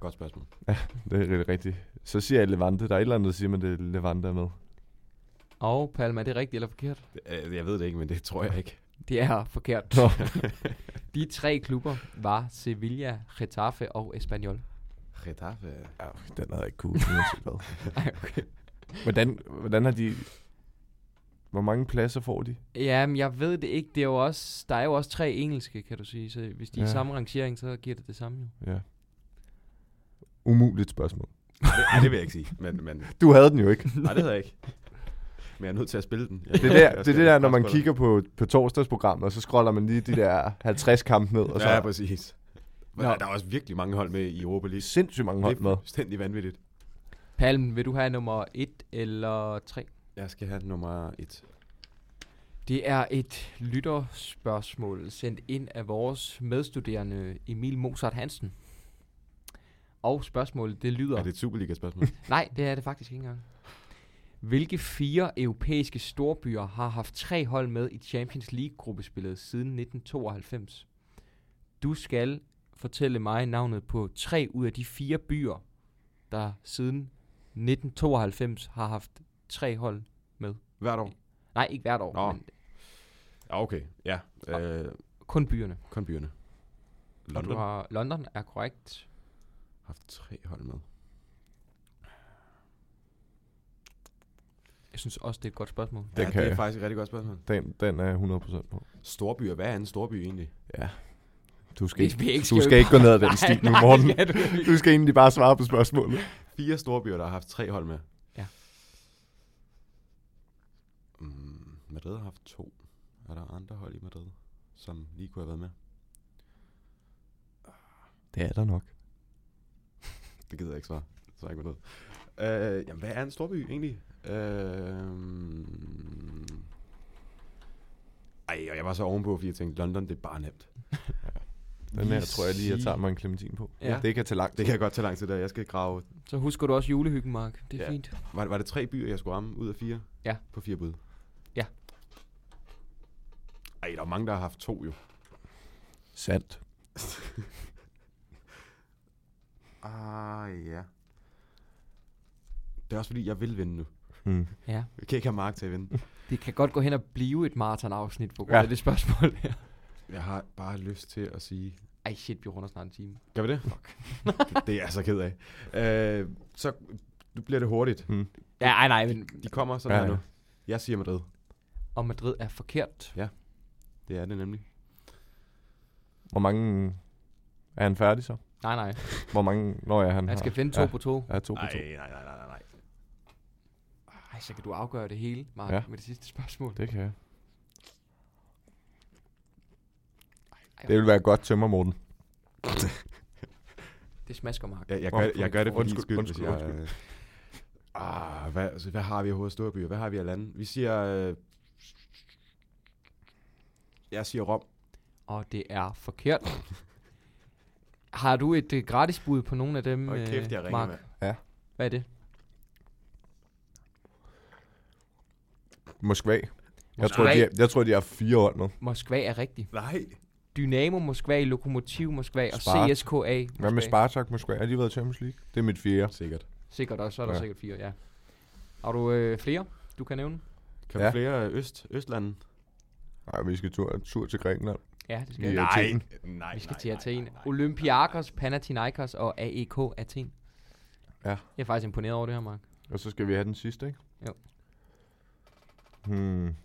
Godt spørgsmål. Det er rigtig rigtigt. Så siger jeg Levante. Der er et eller andet, der siger, man det er Levante er med. Og Palma, er det rigtigt eller forkert? Det, øh, jeg ved det ikke, men det tror jeg ikke. Det er forkert. Nå. De tre klubber var Sevilla, Getafe og Espanyol. Getafe. Ja, den havde jeg ikke kunne. uanset hvad. Ej, okay. Hvordan, hvordan har de... Hvor mange pladser får de? Jamen, jeg ved det ikke. Det er jo også, der er jo også tre engelske, kan du sige. Så hvis de er i Ja. samme rangering, så giver det det samme jo. Ja. Umuligt spørgsmål. Nej, det, ej, det vil jeg ikke sige. Men, men, Du havde den jo ikke. nej, det havde jeg ikke. Men jeg er nødt til at spille den. Jeg, Det er der, det, er det der, når man kigger på, på torsdagsprogrammet, og så scroller man lige de der halvtreds kampe ned, og så Ja, er præcis. Men Nå. der, der er også virkelig mange hold med i Europa League. sindssygt mange hold Det med. er fuldstændig vanvittigt. Palm, vil du have nummer et eller tre? Jeg skal have nummer et. Det er et lytterspørgsmål sendt ind af vores medstuderende Emil Mozart Hansen. Og spørgsmålet, det lyder... Er det et Superliga-spørgsmål? Nej, det er det faktisk ikke engang. Hvilke fire europæiske storbyer har haft tre hold med i Champions League-gruppespillet siden nitten tooghalvfems? Du skal fortælle mig navnet på tre ud af de fire byer, der siden nitten tooghalvfems har haft tre hold med. Hvert år? Nej, ikke hvert år, Nå. men Ja, okay. Ja. Øh, kun byerne. kun byerne. Og London du har har London er korrekt. haft tre hold med. Jeg synes også, det er et godt spørgsmål. Det ja, kan det er jeg. faktisk et rigtig godt spørgsmål. Den, den er jeg hundrede procent på. Storbyer. Hvad er en storby egentlig? Ja. Du skal, Vi- ikke, vi ikke du skal skal jo ikke gå ned ad den Nej, sti nu, nej, Morten. skal du ikke. Du skal egentlig bare svare på spørgsmålet. Fire storbyer, der har haft tre hold med. Ja. Mm, Madrid har haft to. Er der andre hold i Madrid, som lige kunne have været med? Det er der nok. Det gider jeg ikke svare. Så ikke noget. Øh, jamen, hvad er en storby egentlig? Øh, ej, og jeg var så ovenpå, fordi jeg tænkte, London, det er bare nemt. Den her tror jeg lige, jeg tager mig en clementin på. Ja. Det kan tage lang Det tid. kan jeg godt tage lang tid der. Jeg skal grave. Så husker du også julehyggen, Mark. Det er Ja. fint. Var, var det tre byer, jeg skulle ramme ud af fire? Ja. På fire bud? Ja. Ej, der er mange, der har haft to jo. Sandt. Ah, ja. Det er også fordi, jeg vil vinde nu. Hmm. Ja. Jeg kan ikke have Mark til at vinde. Det kan godt gå hen og blive et maratonafsnit på grund Ja. af det spørgsmål her. Jeg har bare lyst til at sige... Ej shit, vi runder snart en time. Gør vi det? Fuck. det, det er jeg så ked af. Øh, så nu bliver det hurtigt. Hmm. Ja, ej nej, men... De kommer sådan Ja, her ja. nu. Jeg siger Madrid. Og Madrid er forkert. Det er det nemlig. Hvor mange... Er han færdig så? Nej, nej. Hvor mange... Når er han Han skal har- finde to ja. på to. Ja, to på Nej, to. nej, nej, nej, nej. Ej, så kan du afgøre det hele, Mark, Ja. med det sidste spørgsmål. Det kan jeg. Ej, Det vil være godt til mig, Morten. Det smasker, Mark. Jeg, jeg, Åh, gør, jeg gør det for din undskyld, skyld, undskyld, hvis jeg... undskyld. øh, Ah, hvad, altså, hvad har vi af hovedstorby? Hvad har vi af lande? Vi siger... Øh, jeg siger Rom. Og det er forkert. Har du et uh, gratisbud på nogle af dem, Hold kæft, jeg øh, ringer, Mark? mand. Ja. Hvad er det? Moskva. Jeg Moskva. tror, de er, jeg tror, de har fire hold med. Moskva er rigtig. Nej. Dynamo Moskva, Lokomotiv Moskva og Sparta. C S K A Moskva. Hvad med Spartak Moskva? Har de været i Champions League? Det er mit fjerde. Sikkert. Sikkert også, så er der Ja. sikkert fire, ja. Har du øh, flere, du kan nævne? Kan Ja. ja. flere øst, østlande? Nej, vi skal tur, tur til Grækenland. Ja, det skal Vi vi. er Nej. Athen. Nej, Vi skal nej, til nej, Athen. nej, nej. Olympiakos, Panathinaikos og A E K Athen. Ja. Jeg er faktisk imponeret over det her, Mark. Og så skal vi have den sidste, ikke? Jo. Hmm.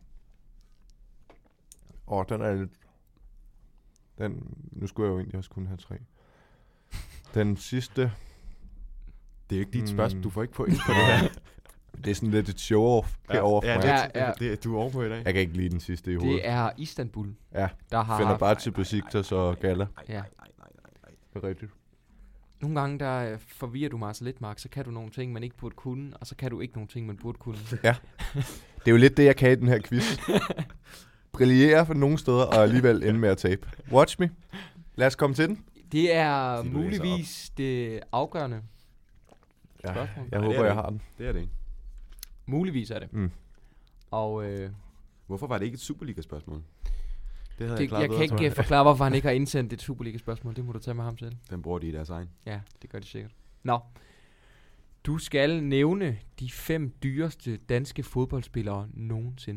Åh, oh, den er lidt... Den... Nu skulle jeg jo egentlig også kun have tre. Den sidste... Det er jo ikke dit Hmm. spørgsmål. Du får ikke point på det her. Det er sådan lidt et show-off herovre for ja, mig. det, Ja, ja, ja. Det, det, du er ovenpå i dag. Jeg kan ikke lide den sidste i hovedet. Det er Istanbul, Ja, der har finder haft... bare til Besiktas og Gala. Nej, Ja. nej, nej, nej, nej, nej. Det er rigtigt. Nogle gange, der øh, forvirrer du mig så lidt, Mark. Så kan du nogle ting, man ikke burde kunne, og så kan du ikke nogle ting, man burde kunne. Det er jo lidt det, jeg kan i den her quiz. Brillere for nogle steder, og alligevel ende med at tabe. Watch me. Lad os komme til den. Det er Sig, du læser muligvis det afgørende. Ja, Spørgsmål? jeg Nej, det håber, er jeg det har den. Det er det ikke. Muligvis er det. Mm. Og øh, Hvorfor var det ikke et Superliga-spørgsmål? Det havde Det, jeg klaret jeg bedre, kan tror ikke uh, forklare, hvorfor han ikke har indsendt et Superliga-spørgsmål. Det må du tage med ham selv. Den bruger de i deres egen. Ja, det gør de sikkert. Nå. Du skal nævne de fem dyreste danske fodboldspillere nogensinde.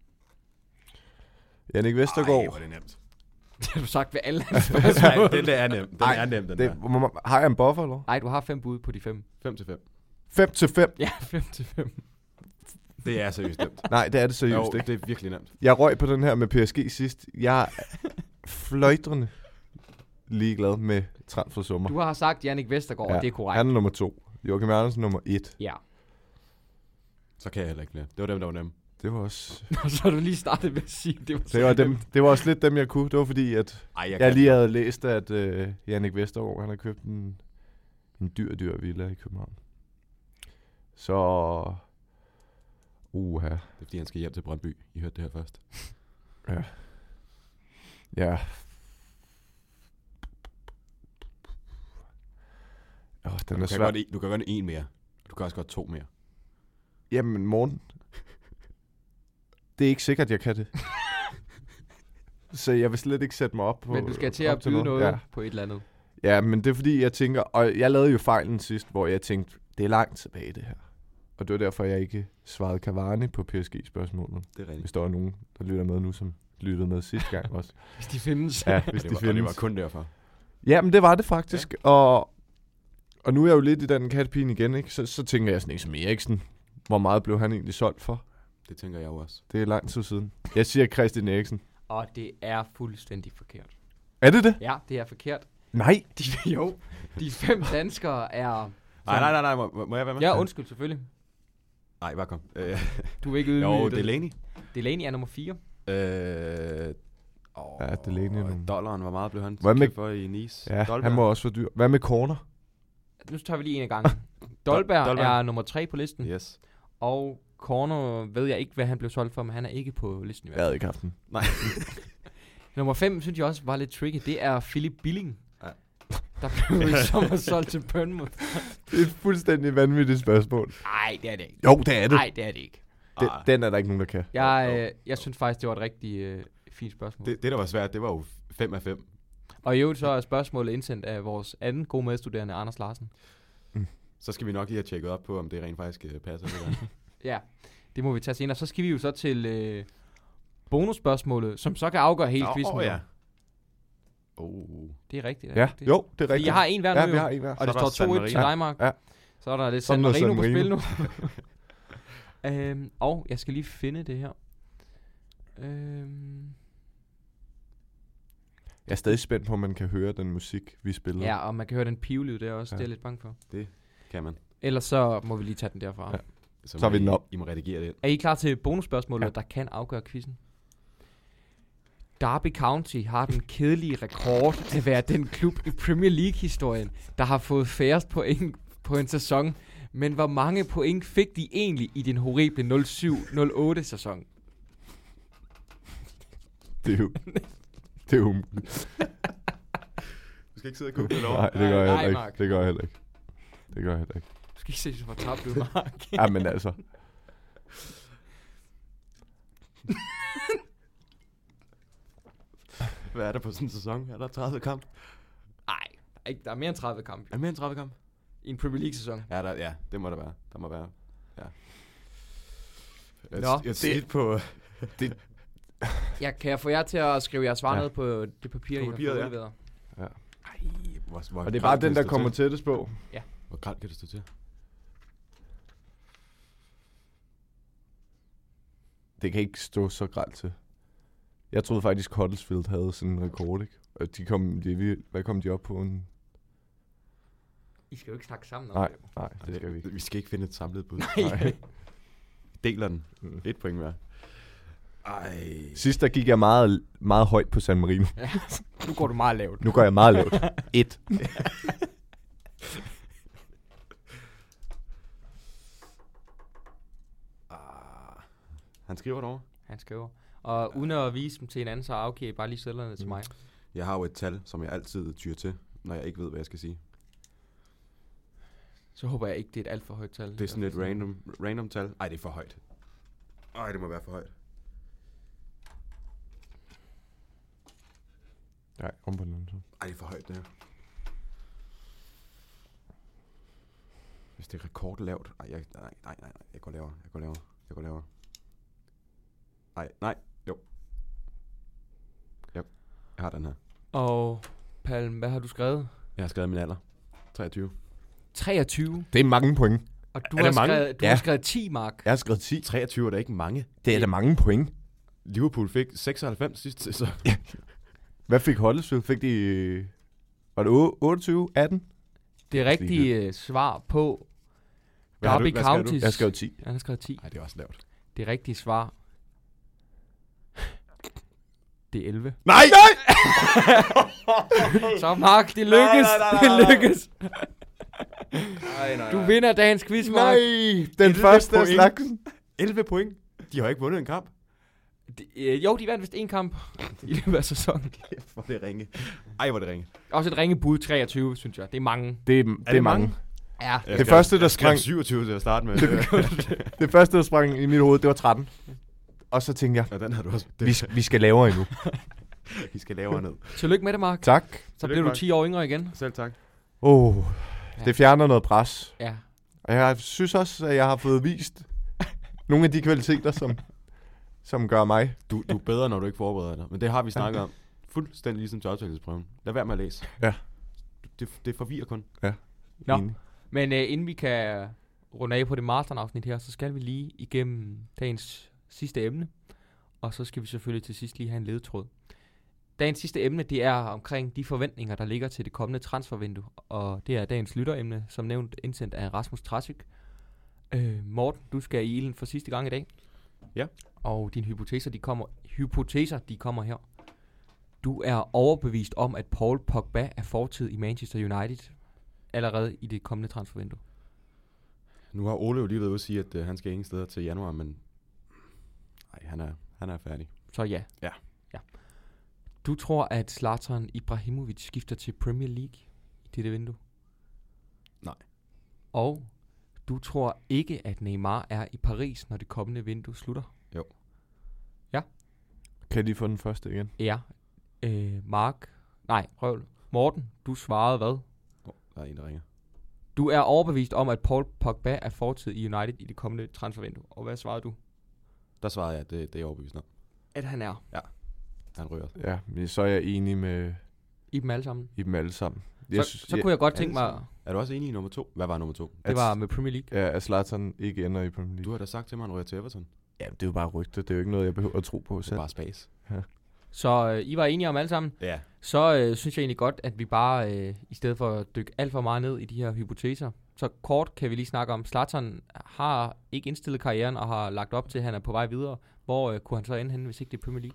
Jannik Ej, Vestergaard. hvor er det nemt. Det har du sagt ved alle hans Nej, spørgsmål. den der er nem. Den Ej, er nem, den Det, der. må man- har jeg en buffer, eller? Nej, du har fem bud på de fem. fem til fem. fem til fem. Ja, fem til fem. Det er seriøst nemt. Nej, det er det seriøst Jo, ikke. det er virkelig nemt. Jeg røg på den her med P S G sidst. Jeg er fløjtrende ligeglad med transfersummer. Du har sagt Jannik Vestergaard, ja, og det er korrekt. Han er nummer to. Joachim Andersen nummer et. Ja. Så kan jeg heller ikke mere. Det var dem, der var nemme. Det var også... Og så har du lige startet med at sige, det var, Det var, dem, det var også lidt dem, jeg kunne. Det var fordi, at Ej, jeg, jeg kan. lige havde læst, at uh, Jannik Vestergaard, han har købt en, en dyr, dyr villa i København. Så... Uha. Det er fordi, han skal hjem til Brøndby. I hørte det her først. Ja. Ja. Åh, den Du er kan, svær. godt, en- du kan godt en mere. Du kan også godt to mere. Jamen, morgen. Det er ikke sikkert, jeg kan det. Så jeg vil slet ikke sætte mig op på... Men du skal til op at byde noget Ja. på et eller andet. Ja, men det er fordi, jeg tænker... Og jeg lavede jo fejlen sidst, hvor jeg tænkte, det er langt tilbage, det her. Og det var derfor, jeg ikke svarede Cavani på P S G-spørgsmålet. Det er rigtigt. Hvis der er nogen, der lytter med nu, som lyttede med sidste gang også. Hvis de findes. Ja, hvis Det de var, og det var findes. kun derfor. Ja, men det var det faktisk. Ja. Og, og nu er jeg jo lidt i den katpine igen, ikke? Så, så tænker jeg sådan ikke som Eriksen. Hvor meget blev han egentlig solgt for? Det tænker jeg jo også. Det er lang tid siden. Jeg siger Christian Eriksen. Og det er fuldstændig forkert. Er det det? Ja, det er forkert. Nej. De, jo, de fem danskere er... Nej, nej, nej, nej. Må, må jeg være med? Ja, undskyld selvfølgelig. Nej, bare kom. Øh, Du er ikke ydmyg. jo, Delaney. Delaney er nummer fire. Øh, åh, Ja, Delaney er nogle- Dollaren, hvor meget blev han Hvad med- købt for i Nice? Ja, Dolberg. han må også være dyr. Hvad med corner? Nu tager vi lige en af gangen. Dolberg, Dolberg. er nummer tre på listen. Yes. Og Corner ved jeg ikke, hvad han blev solgt for, men han er ikke på listen i hvert Jeg fald. havde ikke haft den. Nej. Nummer fem synes jeg også var lidt tricky. Det er Philip Billing. Ja. Der blev i sommer solgt til Bournemouth. Det er et fuldstændig vanvittigt spørgsmål. Nej, det er det ikke. Jo, det er det. Nej, det er det ikke. Den, Ah. den er der ikke nogen, der kan. Jeg, øh, jeg synes faktisk, det var et rigtig øh, fint spørgsmål. Det, det, der var svært, det var jo fem af fem. Og i øvrigt så er spørgsmålet indsendt af vores anden gode medstuderende, Anders Larsen. Så skal vi nok lige have tjekket op på, om det rent faktisk øh, passer. Det der. Ja, det må vi tage senere. Så skal vi jo så til øh, bonusspørgsmålet, som så kan afgøre hele Nå, quizzen. åh, jo. ja. Oh. Det er rigtigt. Ja, det, jo, det er Fordi rigtigt. jeg har en hver nu, Ja, jo. vi har en hver. Og Så det er der står San to et Marino. til dig, Mark. Ja. Så er der lidt Sådan San noget Marino San på Marino. spil nu. øhm, og jeg skal lige finde det her. Øhm, Jeg er stadig spændt på, om man kan høre den musik, vi spiller. ja, og man kan høre den pivlyd der også. Ja. Det er jeg lidt bange for. Kan man. Ellers så må vi lige tage den derfra. Ja. Så, Så har må vi I- den op. I må redigere det ind. Er I klar til bonusspørgsmålet, Ja. der kan afgøre quizzen? Derby County har den kedelige rekord at være den klub i Premier League-historien, der har fået færrest point på en sæson. Men hvor mange point fik de egentlig i den horrible nul syv nul otte sæson? Det er jo... det er jo... Du skal ikke sidde og google Nej, det gør jeg Nej, heller ikke. Mark. Det gør jeg heller ikke. Det gør jeg heller ikke. Du skal ikke se, hvor tabt du er, Mark. Ja, men altså... Hvad er der på sådan en sæson? Er der tredive kamp? Nej, ikke. Der er mere end tredive kampe Er der mere end tredive kamp? i en Premier League-sæson. Ja, der, ja, det må der være. Der må være. Ja. Jeg, Nå, jeg det, på... Jeg kan få jer til at skrive jeres svar Ja. ned på det papir, På I har papiret, fået ja. udleveret. Ej, hvor, hvor Og det er bare grelt kan den, der stå kommer til? tættest på. Hvor grelt kan det stå til? Det kan ikke stå så grelt til. Jeg troede faktisk, Huddersfield havde sådan en rekord, ikke? Og de kom, de, vi- hvad kom de op på? En... I skal jo ikke snakke sammen om Nej, det. nej, det skal vi ikke. Vi skal ikke finde et samlet bud. Nej. Deler den. Mm. Et point hver. Ej. Sidst der gik jeg meget, meget højt på San Marino. Nu går du meget lavt. Nu går jeg meget lavt. Et. Ah. Han skriver derovre. Han skriver. Og uden at vise dem til en anden, så afgiver I bare lige cellerne til Mm. mig. Jeg har jo et tal, som jeg altid tyr til, når jeg ikke ved, hvad jeg skal sige. Så håber jeg ikke, det er et alt for højt tal. Det er sådan et random, random tal. Ej, det er for højt. Ej, det må være for højt. Nej, om på den anden side. Ej, det er for højt, det her. Hvis det er rekordlavt. Ej, jeg, nej, nej, nej, jeg går lavere, jeg går lavere, jeg går lavere. Ej, nej, jo. Jo, jeg har den her. Og Palm, hvad har du skrevet? Jeg har skrevet min alder. treogtyve. treogtyve. Det er mange point. Og du, Er har det mange? skrevet, du Ja. har skrevet ti, Mark. Jeg har skrevet ti. treogtyve er da ikke mange. Det er da mange point. Liverpool fik seksoghalvfems sidst, så Hvad fik Huddersfield? Fik de... Var det otteogtyve, atten? Det rigtige øh, svar på Hvad har du- Derby hvad skrev du? Counties. Jeg har skrevet ti. Han har skrevet ti. nej, det er også lavt. Det rigtige svar, det er elleve. Nej! Så Mark, det lykkes. Nej, nej, nej, nej, nej. Det lykkes. Nej, nej, Du vinder dagens quiz, Mark. Nej! Den elleve første af point. slagsen. elleve point. De har ikke vundet en kamp. De, øh, jo, de vandt vist en kamp i løbet af sæsonen. Hvor det ringe. Ej, hvor det ringe. Også et ringebud treogtyve, synes jeg. Det er mange. Det er, det er, det mange. mange? Ja. Jeg Det skrev- første, der jeg skrev sprang- syvogtyve til at starte med. Det første, der sprang i mit hoved, det var tretten. Og så tænkte jeg, Ja, den har du også. vi, sk- vi skal lavere endnu. Vi skal lavere ned. Tillykke med det, Mark. Tak. Så bliver du Mark. ti år yngre igen. Selv tak. Oh, det fjerner noget pres. Ja. Og jeg synes også, at jeg har fået vist nogle af de kvaliteter, som, som gør mig. Du, du er bedre, når du ikke forbereder dig. Men det har vi snakket om. Fuldstændig ligesom til optagelsesprøven. Lad være med at læse. Ja. Det, det forvirrer kun. Nå. Enig. Men øh, inden vi kan runde af på det marathon-afsnit her, så skal vi lige igennem dagens sidste emne. Og så skal vi selvfølgelig til sidst lige have en ledetråd. Dagens sidste emne, det er omkring de forventninger, der ligger til det kommende transfervindue. Og det er dagens lytteremne, som nævnt indsendt af Rasmus Trasik. Øh, Morten, du skal i ilden for sidste gang i dag. Ja. Og dine hypoteser, de kommer, hypoteser, de kommer her. Du er overbevist om, at Paul Pogba er fortid i Manchester United allerede i det kommende transfervindue. Nu har Ole jo lige været ude at sige, at uh, han skal ingen steder til januar, men nej, han er, han er færdig. Så ja. Ja. ja. Du tror, at Zlatan Ibrahimovic skifter til Premier League i dette vindue? Nej. Og du tror ikke, at Neymar er i Paris, når det kommende vindue slutter? Kan de få den første igen? Ja. Øh, Mark. Nej, prøv. Morten, du svarede hvad? Oh, der er en, der ringer. Du er overbevist om, at Paul Pogba er fortid i United i det kommende transfervindue. Og hvad svarede du? Der svarede jeg, at det, det er jeg overbevist om. At han er. Han ryger. Ja, men så er jeg enig med I dem alle sammen. i dem alle sammen. Så, Jeg så, synes- så kunne jeg godt er tænke det mig, sådan? Er du også enig i nummer to? Hvad var nummer to? det var med Premier League. Ja, at Zlatan ikke ender i Premier League. Du har da sagt til mig, at han ryger til Everton. Ja, det er jo bare rygter. Det er jo ikke noget, jeg behøver at tro på Det er selv. bare spas. Så øh, I var enige om alle sammen. Ja. Så øh, synes jeg egentlig godt, at vi bare, øh, i stedet for at dykke alt for meget ned i de her hypoteser, så kort kan vi lige snakke om, Zlatan har ikke indstillet karrieren og har lagt op til, at han er på vej videre. Hvor øh, kunne han så ende henne, hvis ikke det er Premier League?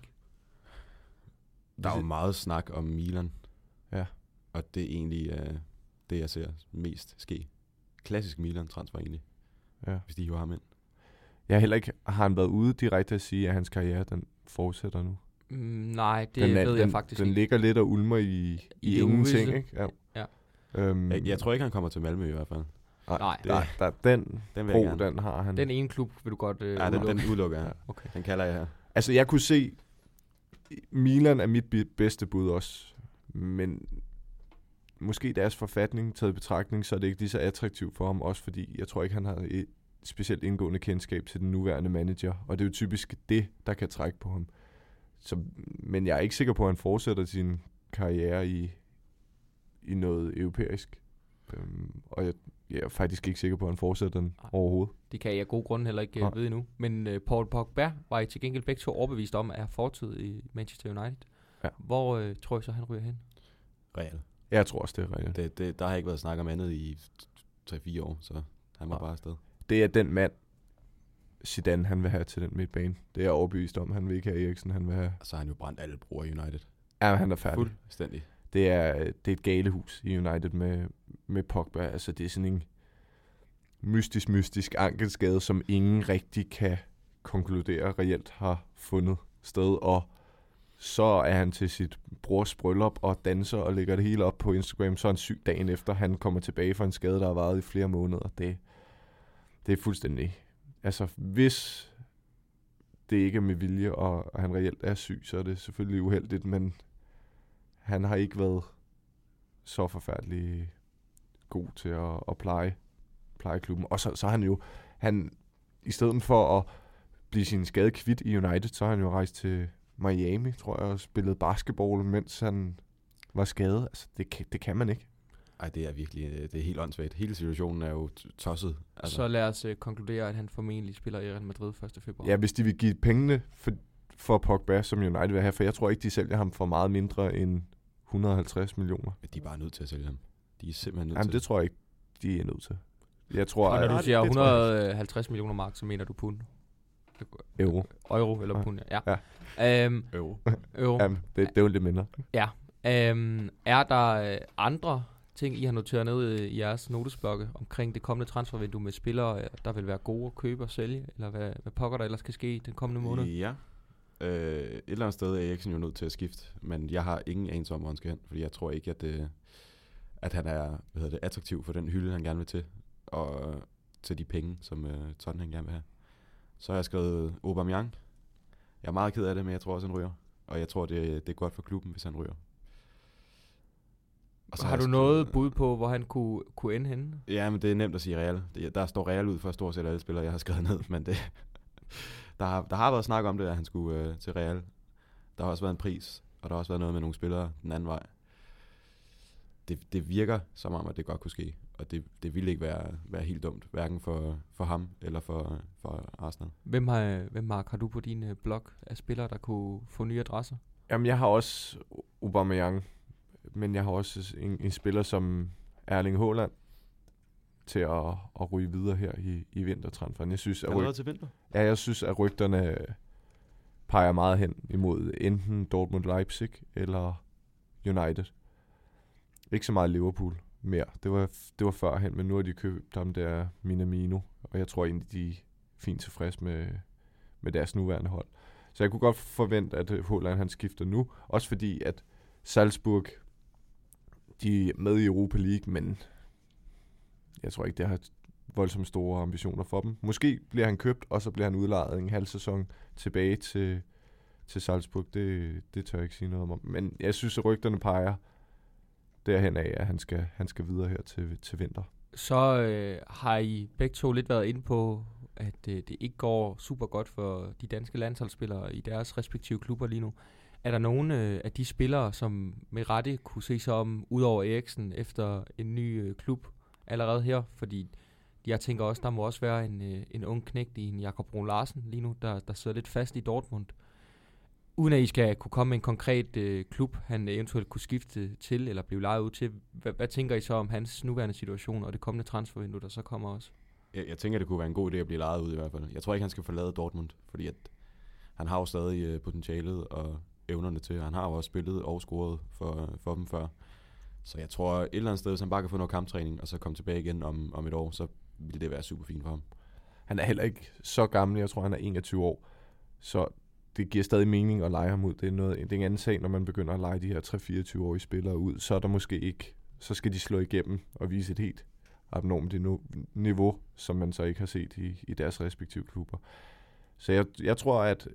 Der er jo meget snak om Milan. Ja. Og det er egentlig uh, det, jeg ser mest ske. Klassisk Milan-transfer egentlig, Ja. hvis de hiver ham ind. Jeg har heller ikke, har han været ude direkte at sige, at hans karriere, den fortsætter nu? Mm, nej, det den er, ved den, jeg faktisk Den ikke. ligger lidt og ulmer i, i, det i ingenting, uvisse. ikke? Ja. Ja. Øhm, Jeg, jeg tror ikke, han kommer til Malmø i hvert fald. Nej, det- der, der, den Den vil jeg bro, gerne. den har han. den ene klub vil du godt øh, Ja, den, udelukke. den udelukker jeg. Ja. Okay. Den kalder jeg her. Altså, jeg kunne se, Milan er mit bi- bedste bud også, men måske deres forfatning taget i betragtning, så er det ikke lige så attraktivt for ham, også fordi jeg tror ikke, han har et specielt indgående kendskab til den nuværende manager, og det er jo typisk det, der kan trække på ham. Så, men jeg er ikke sikker på, at han fortsætter sin karriere i, i noget europæisk, øhm, og jeg, jeg er faktisk ikke sikker på, at han fortsætter den Nej. overhovedet. Det kan jeg af gode grunde heller ikke Nej. øh, vide endnu. Men øh, Paul Pogba var I til gengæld begge to overbevist om, at er fortid i Manchester United. Ja. Hvor øh, tror jeg så, han ryger hen? Real. Jeg tror også, det er rigtigt. Det, det, der har ikke været snak om andet i tre fire år, så han var Nej. bare afsted. Det er den mand, Zidane, han vil have til den midtbane. Det er jeg overbevist om. Han vil ikke have Eriksen, han vil have... Og så har han jo brændt alle broer i United. Ja, han er færdig. Fuldstændig. Det er, det er et galehus i United med, med Pogba. Altså, det er sådan en mystisk, mystisk ankelskade, som ingen rigtig kan konkludere reelt har fundet sted. Og så er han til sit brors bryllup og danser og lægger det hele op på Instagram. Så er han syg dagen efter, han kommer tilbage fra en skade, der har varet i flere måneder. Det, det er fuldstændig... Altså, hvis det ikke er med vilje, og, og han reelt er syg, så er det selvfølgelig uheldigt, men han har ikke været så forfærdelig god til at, at pleje, pleje klubben. Og så, så er han jo, han, i stedet for at blive sin skade kvit i United, så har han jo rejst til Miami, tror jeg, og spillet basketball, mens han var skadet. Altså, det, kan, det kan man ikke. Ej, det er virkelig, det er helt åndssvagt. Hele situationen er jo t- tosset. Altså. Så lad os uh, konkludere, at han formentlig spiller i Real Madrid første februar. Ja, hvis de vil give pengene for, for Pogba, som United vil have, for jeg tror ikke, de sælger ham for meget mindre end et hundrede og halvtreds millioner. Men de er bare nødt til at sælge ham. De er simpelthen nødt Jamen, til. det tror jeg ikke, de er nødt til. Jeg tror, og når at, du siger et hundrede og halvtreds millioner mark, så mener du pund? Euro. Euro eller pund, ja. ja. Øhm, Euro. Euro. Jamen, det, det er jo lidt mindre. Ja. Øhm, er der øh, andre ting, I har noteret ned øh, i jeres notesblokke omkring det kommende transfervindue med spillere, øh, der vil være gode at købe og sælge, eller hvad, hvad pokker der ellers kan ske den kommende måned? Ja. Øh, et eller andet sted er Eriksen jo nødt til at skifte, men jeg har ingen anelse om, hvor han skal hen, fordi jeg tror ikke, at, øh, at han er hvad hedder det, attraktiv for den hylde, han gerne vil til, og til de penge, som øh, Tottenham gerne vil have. Så har jeg skrevet Aubameyang. Jeg er meget ked af det, men jeg tror også, han ryger. Og jeg tror, det, det er godt for klubben, hvis han ryger. Og så har, har du noget bud på, hvor han kunne, kunne ende henne? Ja, men det er nemt at sige Real. Det, der står Real ud for stort set alle spillere, jeg har skrevet ned, men det, der, har, der har været snak om det, at han skulle øh, til Real. Der har også været en pris, og der har også været noget med nogle spillere den anden vej. Det, det virker som om, at det godt kunne ske, og det, det ville ikke være, være helt dumt, hverken for, for ham eller for, for Arsenal. Hvem, har, hvem Mark, har du på din øh, blog af spillere, der kunne få nye adresser? Jamen, jeg har også Aubameyang, men jeg har også en, en spiller som Erling Haaland til at, at ryge videre her i, i vintertransferen. Jeg synes, at ryg- til vinter? Ja, jeg synes, at rygterne peger meget hen imod enten Dortmund Leipzig eller United. Ikke så meget Liverpool mere. Det var, det var førhen, men nu har de købt ham der Minamino, og jeg tror egentlig, de er fint tilfreds med, med deres nuværende hold. Så jeg kunne godt forvente, at Haaland han skifter nu, også fordi, at Salzburg, de er med i Europa League, men jeg tror ikke, det har voldsomt store ambitioner for dem. Måske bliver han købt, og så bliver han udlejet en halv sæson tilbage til, til Salzburg. Det, det tør jeg ikke sige noget om. Men jeg synes, at rygterne peger derhen af, at han skal, han skal videre her til, til vinter. Så øh, har I begge to lidt været inde på, at øh, det ikke går super godt for de danske landsholdsspillere i deres respektive klubber lige nu. Er der nogen øh, af de spillere, som med rette kunne se sig om, ud over Eriksen, efter en ny øh, klub allerede her? Fordi jeg tænker også, der må også være en, øh, en ung knægt i en Jakob Brun Larsen lige nu, der, der sidder lidt fast i Dortmund. Uden at I skal kunne komme med en konkret øh, klub, han eventuelt kunne skifte til, eller blive lejet ud til. H- hvad tænker I så om hans nuværende situation, og det kommende transfervindue, der så kommer også? Jeg, jeg tænker, det kunne være en god idé at blive lejet ud i hvert fald. Jeg tror ikke, han skal forlade Dortmund, fordi at han har jo stadig øh, potentialet og evnerne til. Han har jo også spillet og scoret for, for dem før. Så jeg tror et eller andet sted, hvis han bare kan få noget kamptræning, og så komme tilbage igen om, om et år, så ville det være super fint for ham. Han er heller ikke så gammel. Jeg tror, han er enogtyve år. Så det giver stadig mening at lege ham ud. Det er, noget, det er en anden sag, når man begynder at lege de her tre fireogtyve-årige spillere ud. Så er der måske ikke, så skal de slå igennem og vise et helt abnormt niveau, som man så ikke har set i, i deres respektive klubber. Så jeg, jeg tror, at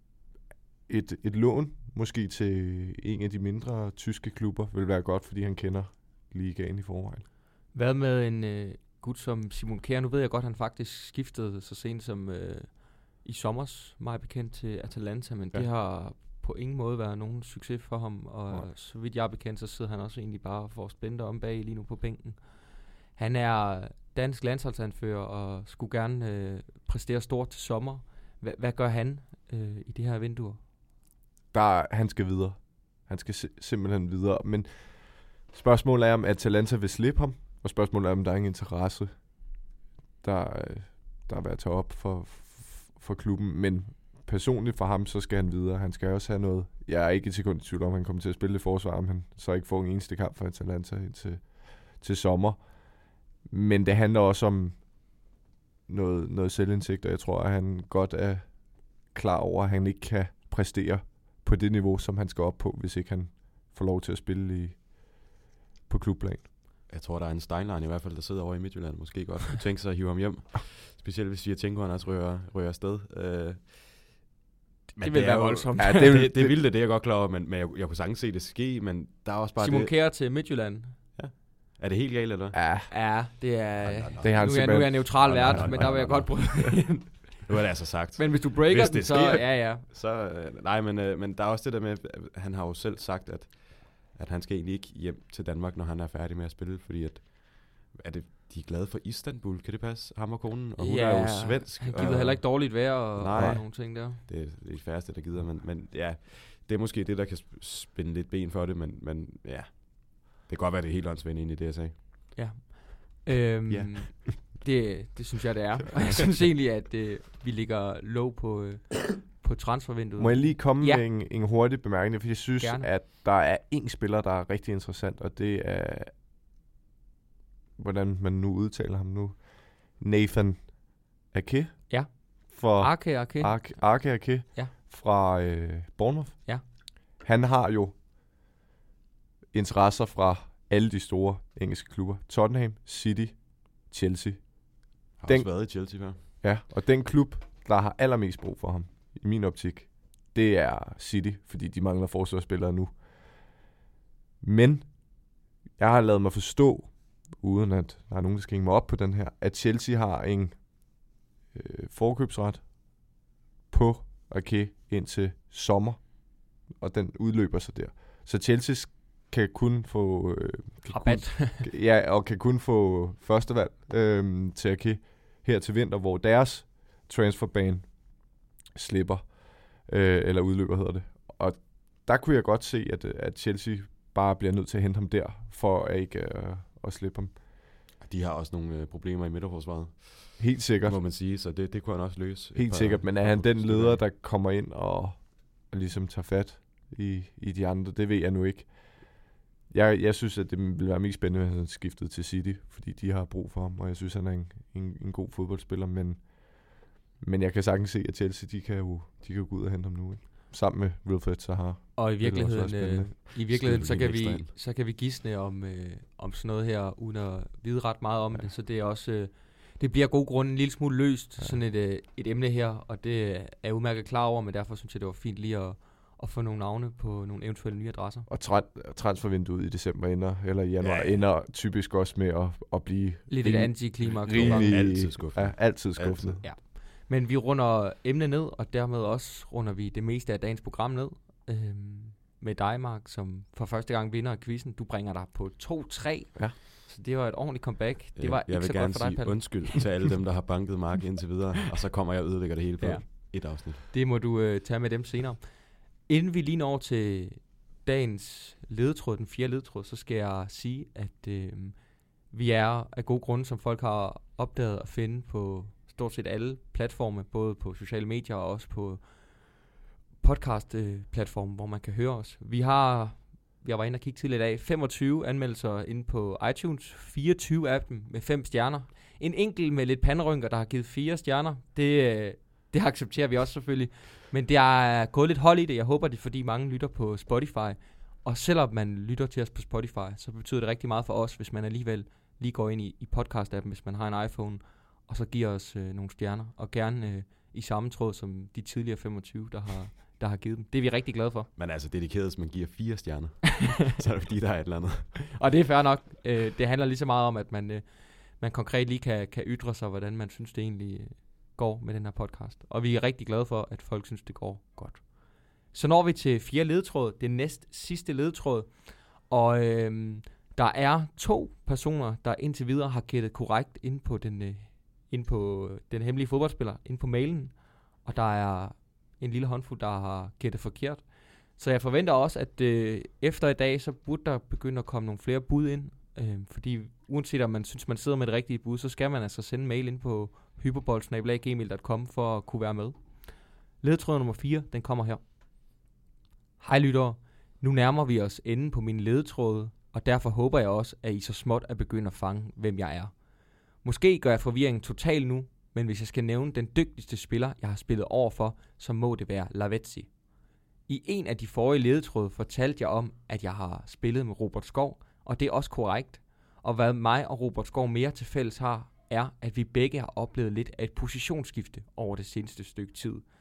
et, et lån måske til en af de mindre tyske klubber vil være godt, fordi han kender ligaen i forvejen. Hvad med en øh, gut som Simon Kjær? Nu ved jeg godt, han faktisk skiftede så sent som øh, i sommers, meget bekendt, til Atalanta, men ja. Det har på ingen måde været nogen succes for ham, og ja. Så vidt jeg er bekendt, så sidder han også egentlig bare for at spænde om bag lige nu på bænken. Han er dansk landsholdsanfører og skulle gerne øh, præstere stort til sommer. H- hvad gør han øh, i det her vindue? Der, han skal videre. Han skal si- simpelthen videre. Men spørgsmålet er, om Atalanta vil slippe ham, og spørgsmålet er, om der er ingen interesse, der, der er ved at tage op for, for klubben. Men personligt for ham, så skal han videre. Han skal også have noget. Jeg er ikke i sekund i tvivl om, han kommer til at spille det forsvar, om han så ikke får en eneste kamp for Atalanta til, til sommer. Men det handler også om noget, noget selvindsigt, og jeg tror, at han godt er klar over, at han ikke kan præstere på det niveau, som han skal op på, hvis ikke han får lov til at spille i, på klubplan. Jeg tror, der er en Steinlein i hvert fald, der sidder over i Midtjylland, måske godt kunne tænke sig at hive ham hjem. Specielt hvis Zinchenko han også rører, rører afsted. Uh, Men det vil er være jo- voldsomt. Ja, Det, det, det, det, det er vildt, det er jeg godt klar over, men, men jeg, jeg kunne sagtens se det ske, men der er også bare Simon det. Kjær til Midtjylland. Er det helt galt, eller? ja, Ja, det er... Nej, nej, nej. det har han Nu er, jeg, nu er jeg neutral Nej, nej, vært, nej, men nej, der vil jeg nej, godt bryde ind. Nu er det altså sagt. Men hvis du breaker Hvis den, det så... sker. Ja, ja. Så, øh, nej, men, øh, men der er også det der med, at han har jo selv sagt, at, at han skal egentlig ikke hjem til Danmark, når han er færdig med at spille, fordi at, er det, de er glade for Istanbul, kan det passe, ham og konen? Og hun ja, er jo svensk. Han gider og heller ikke dårligt vejr og, Nej. og nogle ting der. Det er de færreste, der gider, men, men ja, det er måske det, der kan sp- spænde lidt ben for det, men, men ja, det kan godt være, det er helt åndssvagt ind i det, jeg sagde. Øhm, Ja. det, det synes jeg, det er. Og jeg synes egentlig, at øh, vi ligger low på, øh, på transfervinduet. må jeg lige komme Ja. med en, en hurtig bemærkning, for jeg synes, Gerne. at der er en spiller, der er rigtig interessant, og det er, hvordan man nu udtaler ham nu, Nathan Ake. Ja. For Arke, Arke. Arke, Arke Ake Ja. fra øh, Bournemouth. Ja. Han har jo interesser fra alle de store engelske klubber. Tottenham, City, Chelsea. Har Den- også været i Chelsea før. Ja, og den klub, der har allermest brug for ham, i min optik, det er City, fordi de mangler forsvarsspillere nu. Men jeg har lavet mig forstå, uden at der er nogen, der skal hænge mig op på den her, at Chelsea har en øh, forkøbsret på Ake indtil sommer, og den udløber sig der. Så Chelsea kan kun få øh, kan Rabat. kun, ja, og kan kun få førstevalg øh, til Ake her til vinter, hvor deres transferban slipper, øh, eller udløber hedder det. Og der kunne jeg godt se, at, at Chelsea bare bliver nødt til at hente ham der, for at ikke øh, at slippe ham. De har også nogle øh, problemer i midterforsvaret, Helt sikkert. må man sige, så det, det kunne han også løse. Et Helt par- sikkert, men er par han den stykker. leder, der kommer ind og, og ligesom tager fat i, i de andre? Det ved jeg nu ikke. Jeg, jeg synes, at det ville være mest spændende, hvis han skiftede til City, fordi de har brug for ham, og jeg synes, han er en, en, en god fodboldspiller, men, men jeg kan sagtens se, at Chelsea, de kan jo, de kan jo gå ud og hente ham nu, ikke? Sammen med Wilfred Zaha. Og i Det vil også virkeligheden, være øh, spændende. i virkeligheden så, Skylder kan vi en vi, ekstra ind. så kan vi gisne om, øh, om sådan noget her, uden at vide ret meget om ja. det. Så det er også, øh, det bliver af god grund en lille smule løst, ja. sådan et, øh, et emne her, og det er jeg udmærket klar over, men derfor synes jeg, det var fint lige at, at få nogle navne på nogle eventuelle nye adresser. Og tra- transfervinduet i december ender, eller i januar, Ja, ja, ja. ender typisk også med at, at blive Lidt et rim- antiklimaks nogle gange. rimelig... Altid skuffende. Ja, altid skuffende. Altid. Men vi runder emnet ned, og dermed også runder vi det meste af dagens program ned. Øhm, med dig, Mark, som for første gang vinder af quizzen. Du bringer dig på to tre. Ja. Så det var et ordentligt comeback. Det var jeg ikke vil så gerne godt for dig, sige Palle. undskyld til alle dem, der har banket Mark indtil videre, og så kommer jeg og ødelægger det hele på Ja. ja. et afsnit. Det må du øh, tage med dem senere. Inden vi lige når over til dagens ledetråd, den fjerde ledetråd, så skal jeg sige, at øh, vi er af gode grunde, som folk har opdaget at finde på stort set alle platforme, både på sociale medier og også på podcast-platforme, hvor man kan høre os. Vi har, jeg var inde og kigge tidligere i dag, femogtyve anmeldelser inde på iTunes, fireogtyve af dem med fem stjerner. En enkelt med lidt panderynker, der har givet fire stjerner. Det, øh, det accepterer vi også selvfølgelig. Men det er gået lidt hold i det. Jeg håber, det er fordi mange lytter på Spotify. Og selvom man lytter til os på Spotify, så betyder det rigtig meget for os, hvis man alligevel lige går ind i, i podcast-appen, hvis man har en iPhone, og så giver os øh, nogle stjerner. Og gerne øh, i samme tråd som de tidligere femogtyve, der har, der har givet dem. Det er vi rigtig glade for. Men altså dedikeret, hvis man giver fire stjerner, så er det fordi, der er et eller andet. Og det er fair nok. Øh, det handler lige så meget om, at man, øh, man konkret lige kan, kan ytre sig, hvordan man synes, det egentlig øh, går med den her podcast. Og vi er rigtig glade for, at folk synes, det går godt. Så når vi til fjerde ledetråd, det næst sidste ledetråd. Og øh, der er to personer, der indtil videre har gættet korrekt ind på den, øh, ind på den hemmelige fodboldspiller, ind på mailen. Og der er en lille håndfuld, der har gættet forkert. Så jeg forventer også, at øh, efter i dag, så burde der begynde at komme nogle flere bud ind. Øh, fordi uanset om man synes, man sidder med det rigtige bud, så skal man altså sende en mail ind på hyperbold snabel-a gmail punktum com for at kunne være med. Ledetråd nummer fire, den kommer her. Hej lyttere, nu nærmer vi os enden på mine ledetråde, og derfor håber jeg også, at I så småt er begyndt at fange, hvem jeg er. Måske gør jeg forvirringen total nu, men hvis jeg skal nævne den dygtigste spiller, jeg har spillet over for, så må det være Lavezzi. I en af de forrige ledetråde fortalte jeg om, at jeg har spillet med Robert Skov, og det er også korrekt. Og hvad mig og Robert Skov mere til fælles har, er, at vi begge har oplevet lidt af et positionsskifte over det seneste stykke tid.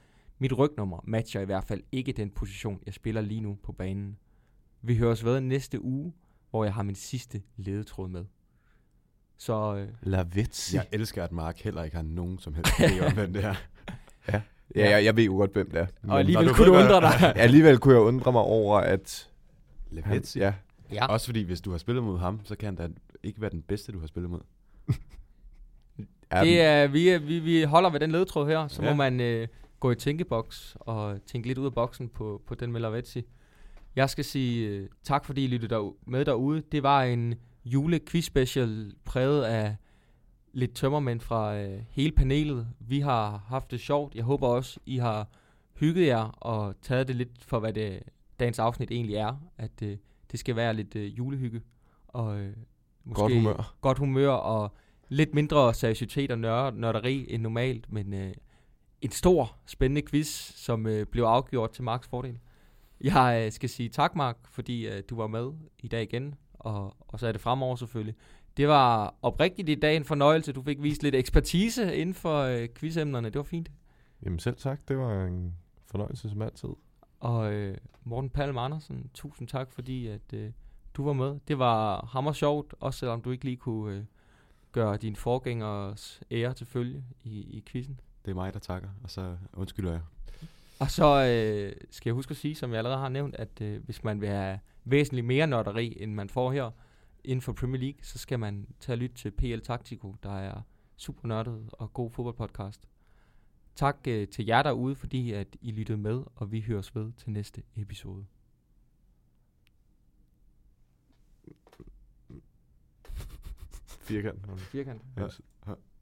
Mit rygnummer matcher i hvert fald ikke den position, jeg spiller lige nu på banen. Vi høres ved næste uge, hvor jeg har min sidste ledetråd med. Så øh, Lavezzi. Jeg elsker, at Mark heller ikke har nogen som helst idé om, hvem det er. Ja, ja jeg, jeg ved jo godt, hvem det er. og alligevel du kunne du ved, undre hvad- dig. alligevel kunne jeg undre mig over, at han, Lavezzi. ja, Ja. Også fordi, hvis du har spillet mod ham, så kan han da ikke være den bedste, du har spillet mod. er Det er, vi, er- vi, vi holder ved den ledetråd her, så ja. Ja. må man øh, gå i tænkeboks og tænke lidt ud af boksen på, på den med Lavezzi. Jeg skal sige øh, tak, fordi I lyttede der, med derude. Det var en jule-quiz-special præget af lidt tømmermænd fra øh, hele panelet. Vi har haft det sjovt. Jeg håber også, I har hygget jer og taget det lidt for, hvad det, dagens afsnit egentlig er. At øh, det skal være lidt øh, julehygge og øh, måske godt humør. godt humør og lidt mindre seriøsitet og nør- nørderi end normalt, men øh, en stor, spændende quiz, som øh, blev afgjort til Marks fordel. Jeg øh, skal sige tak, Mark, fordi øh, du var med i dag igen, og, og så er det fremover selvfølgelig. Det var oprigtigt i dag en fornøjelse. Du fik vist lidt ekspertise inden for øh, quizemnerne. Det var fint. Jamen selv tak, det var en fornøjelse som altid. Og øh, Morten Palm Andersen, tusind tak, fordi at, øh, du var med. Det var hammer sjovt, også selvom du ikke lige kunne øh, gøre din forgængers ære til følge i, i quizzen. Det er mig, der takker, og så undskylder jeg. Og så øh, skal jeg huske at sige, som jeg allerede har nævnt, at øh, hvis man vil have væsentligt mere nørderi, end man får her inden for Premier League, så skal man tage og lytte til P L Taktiko, der er super nørdet og god fodboldpodcast. Tak øh, til jer derude, fordi at I lyttede med, og vi høres ved til næste episode. Firkant. Firkant. Ja.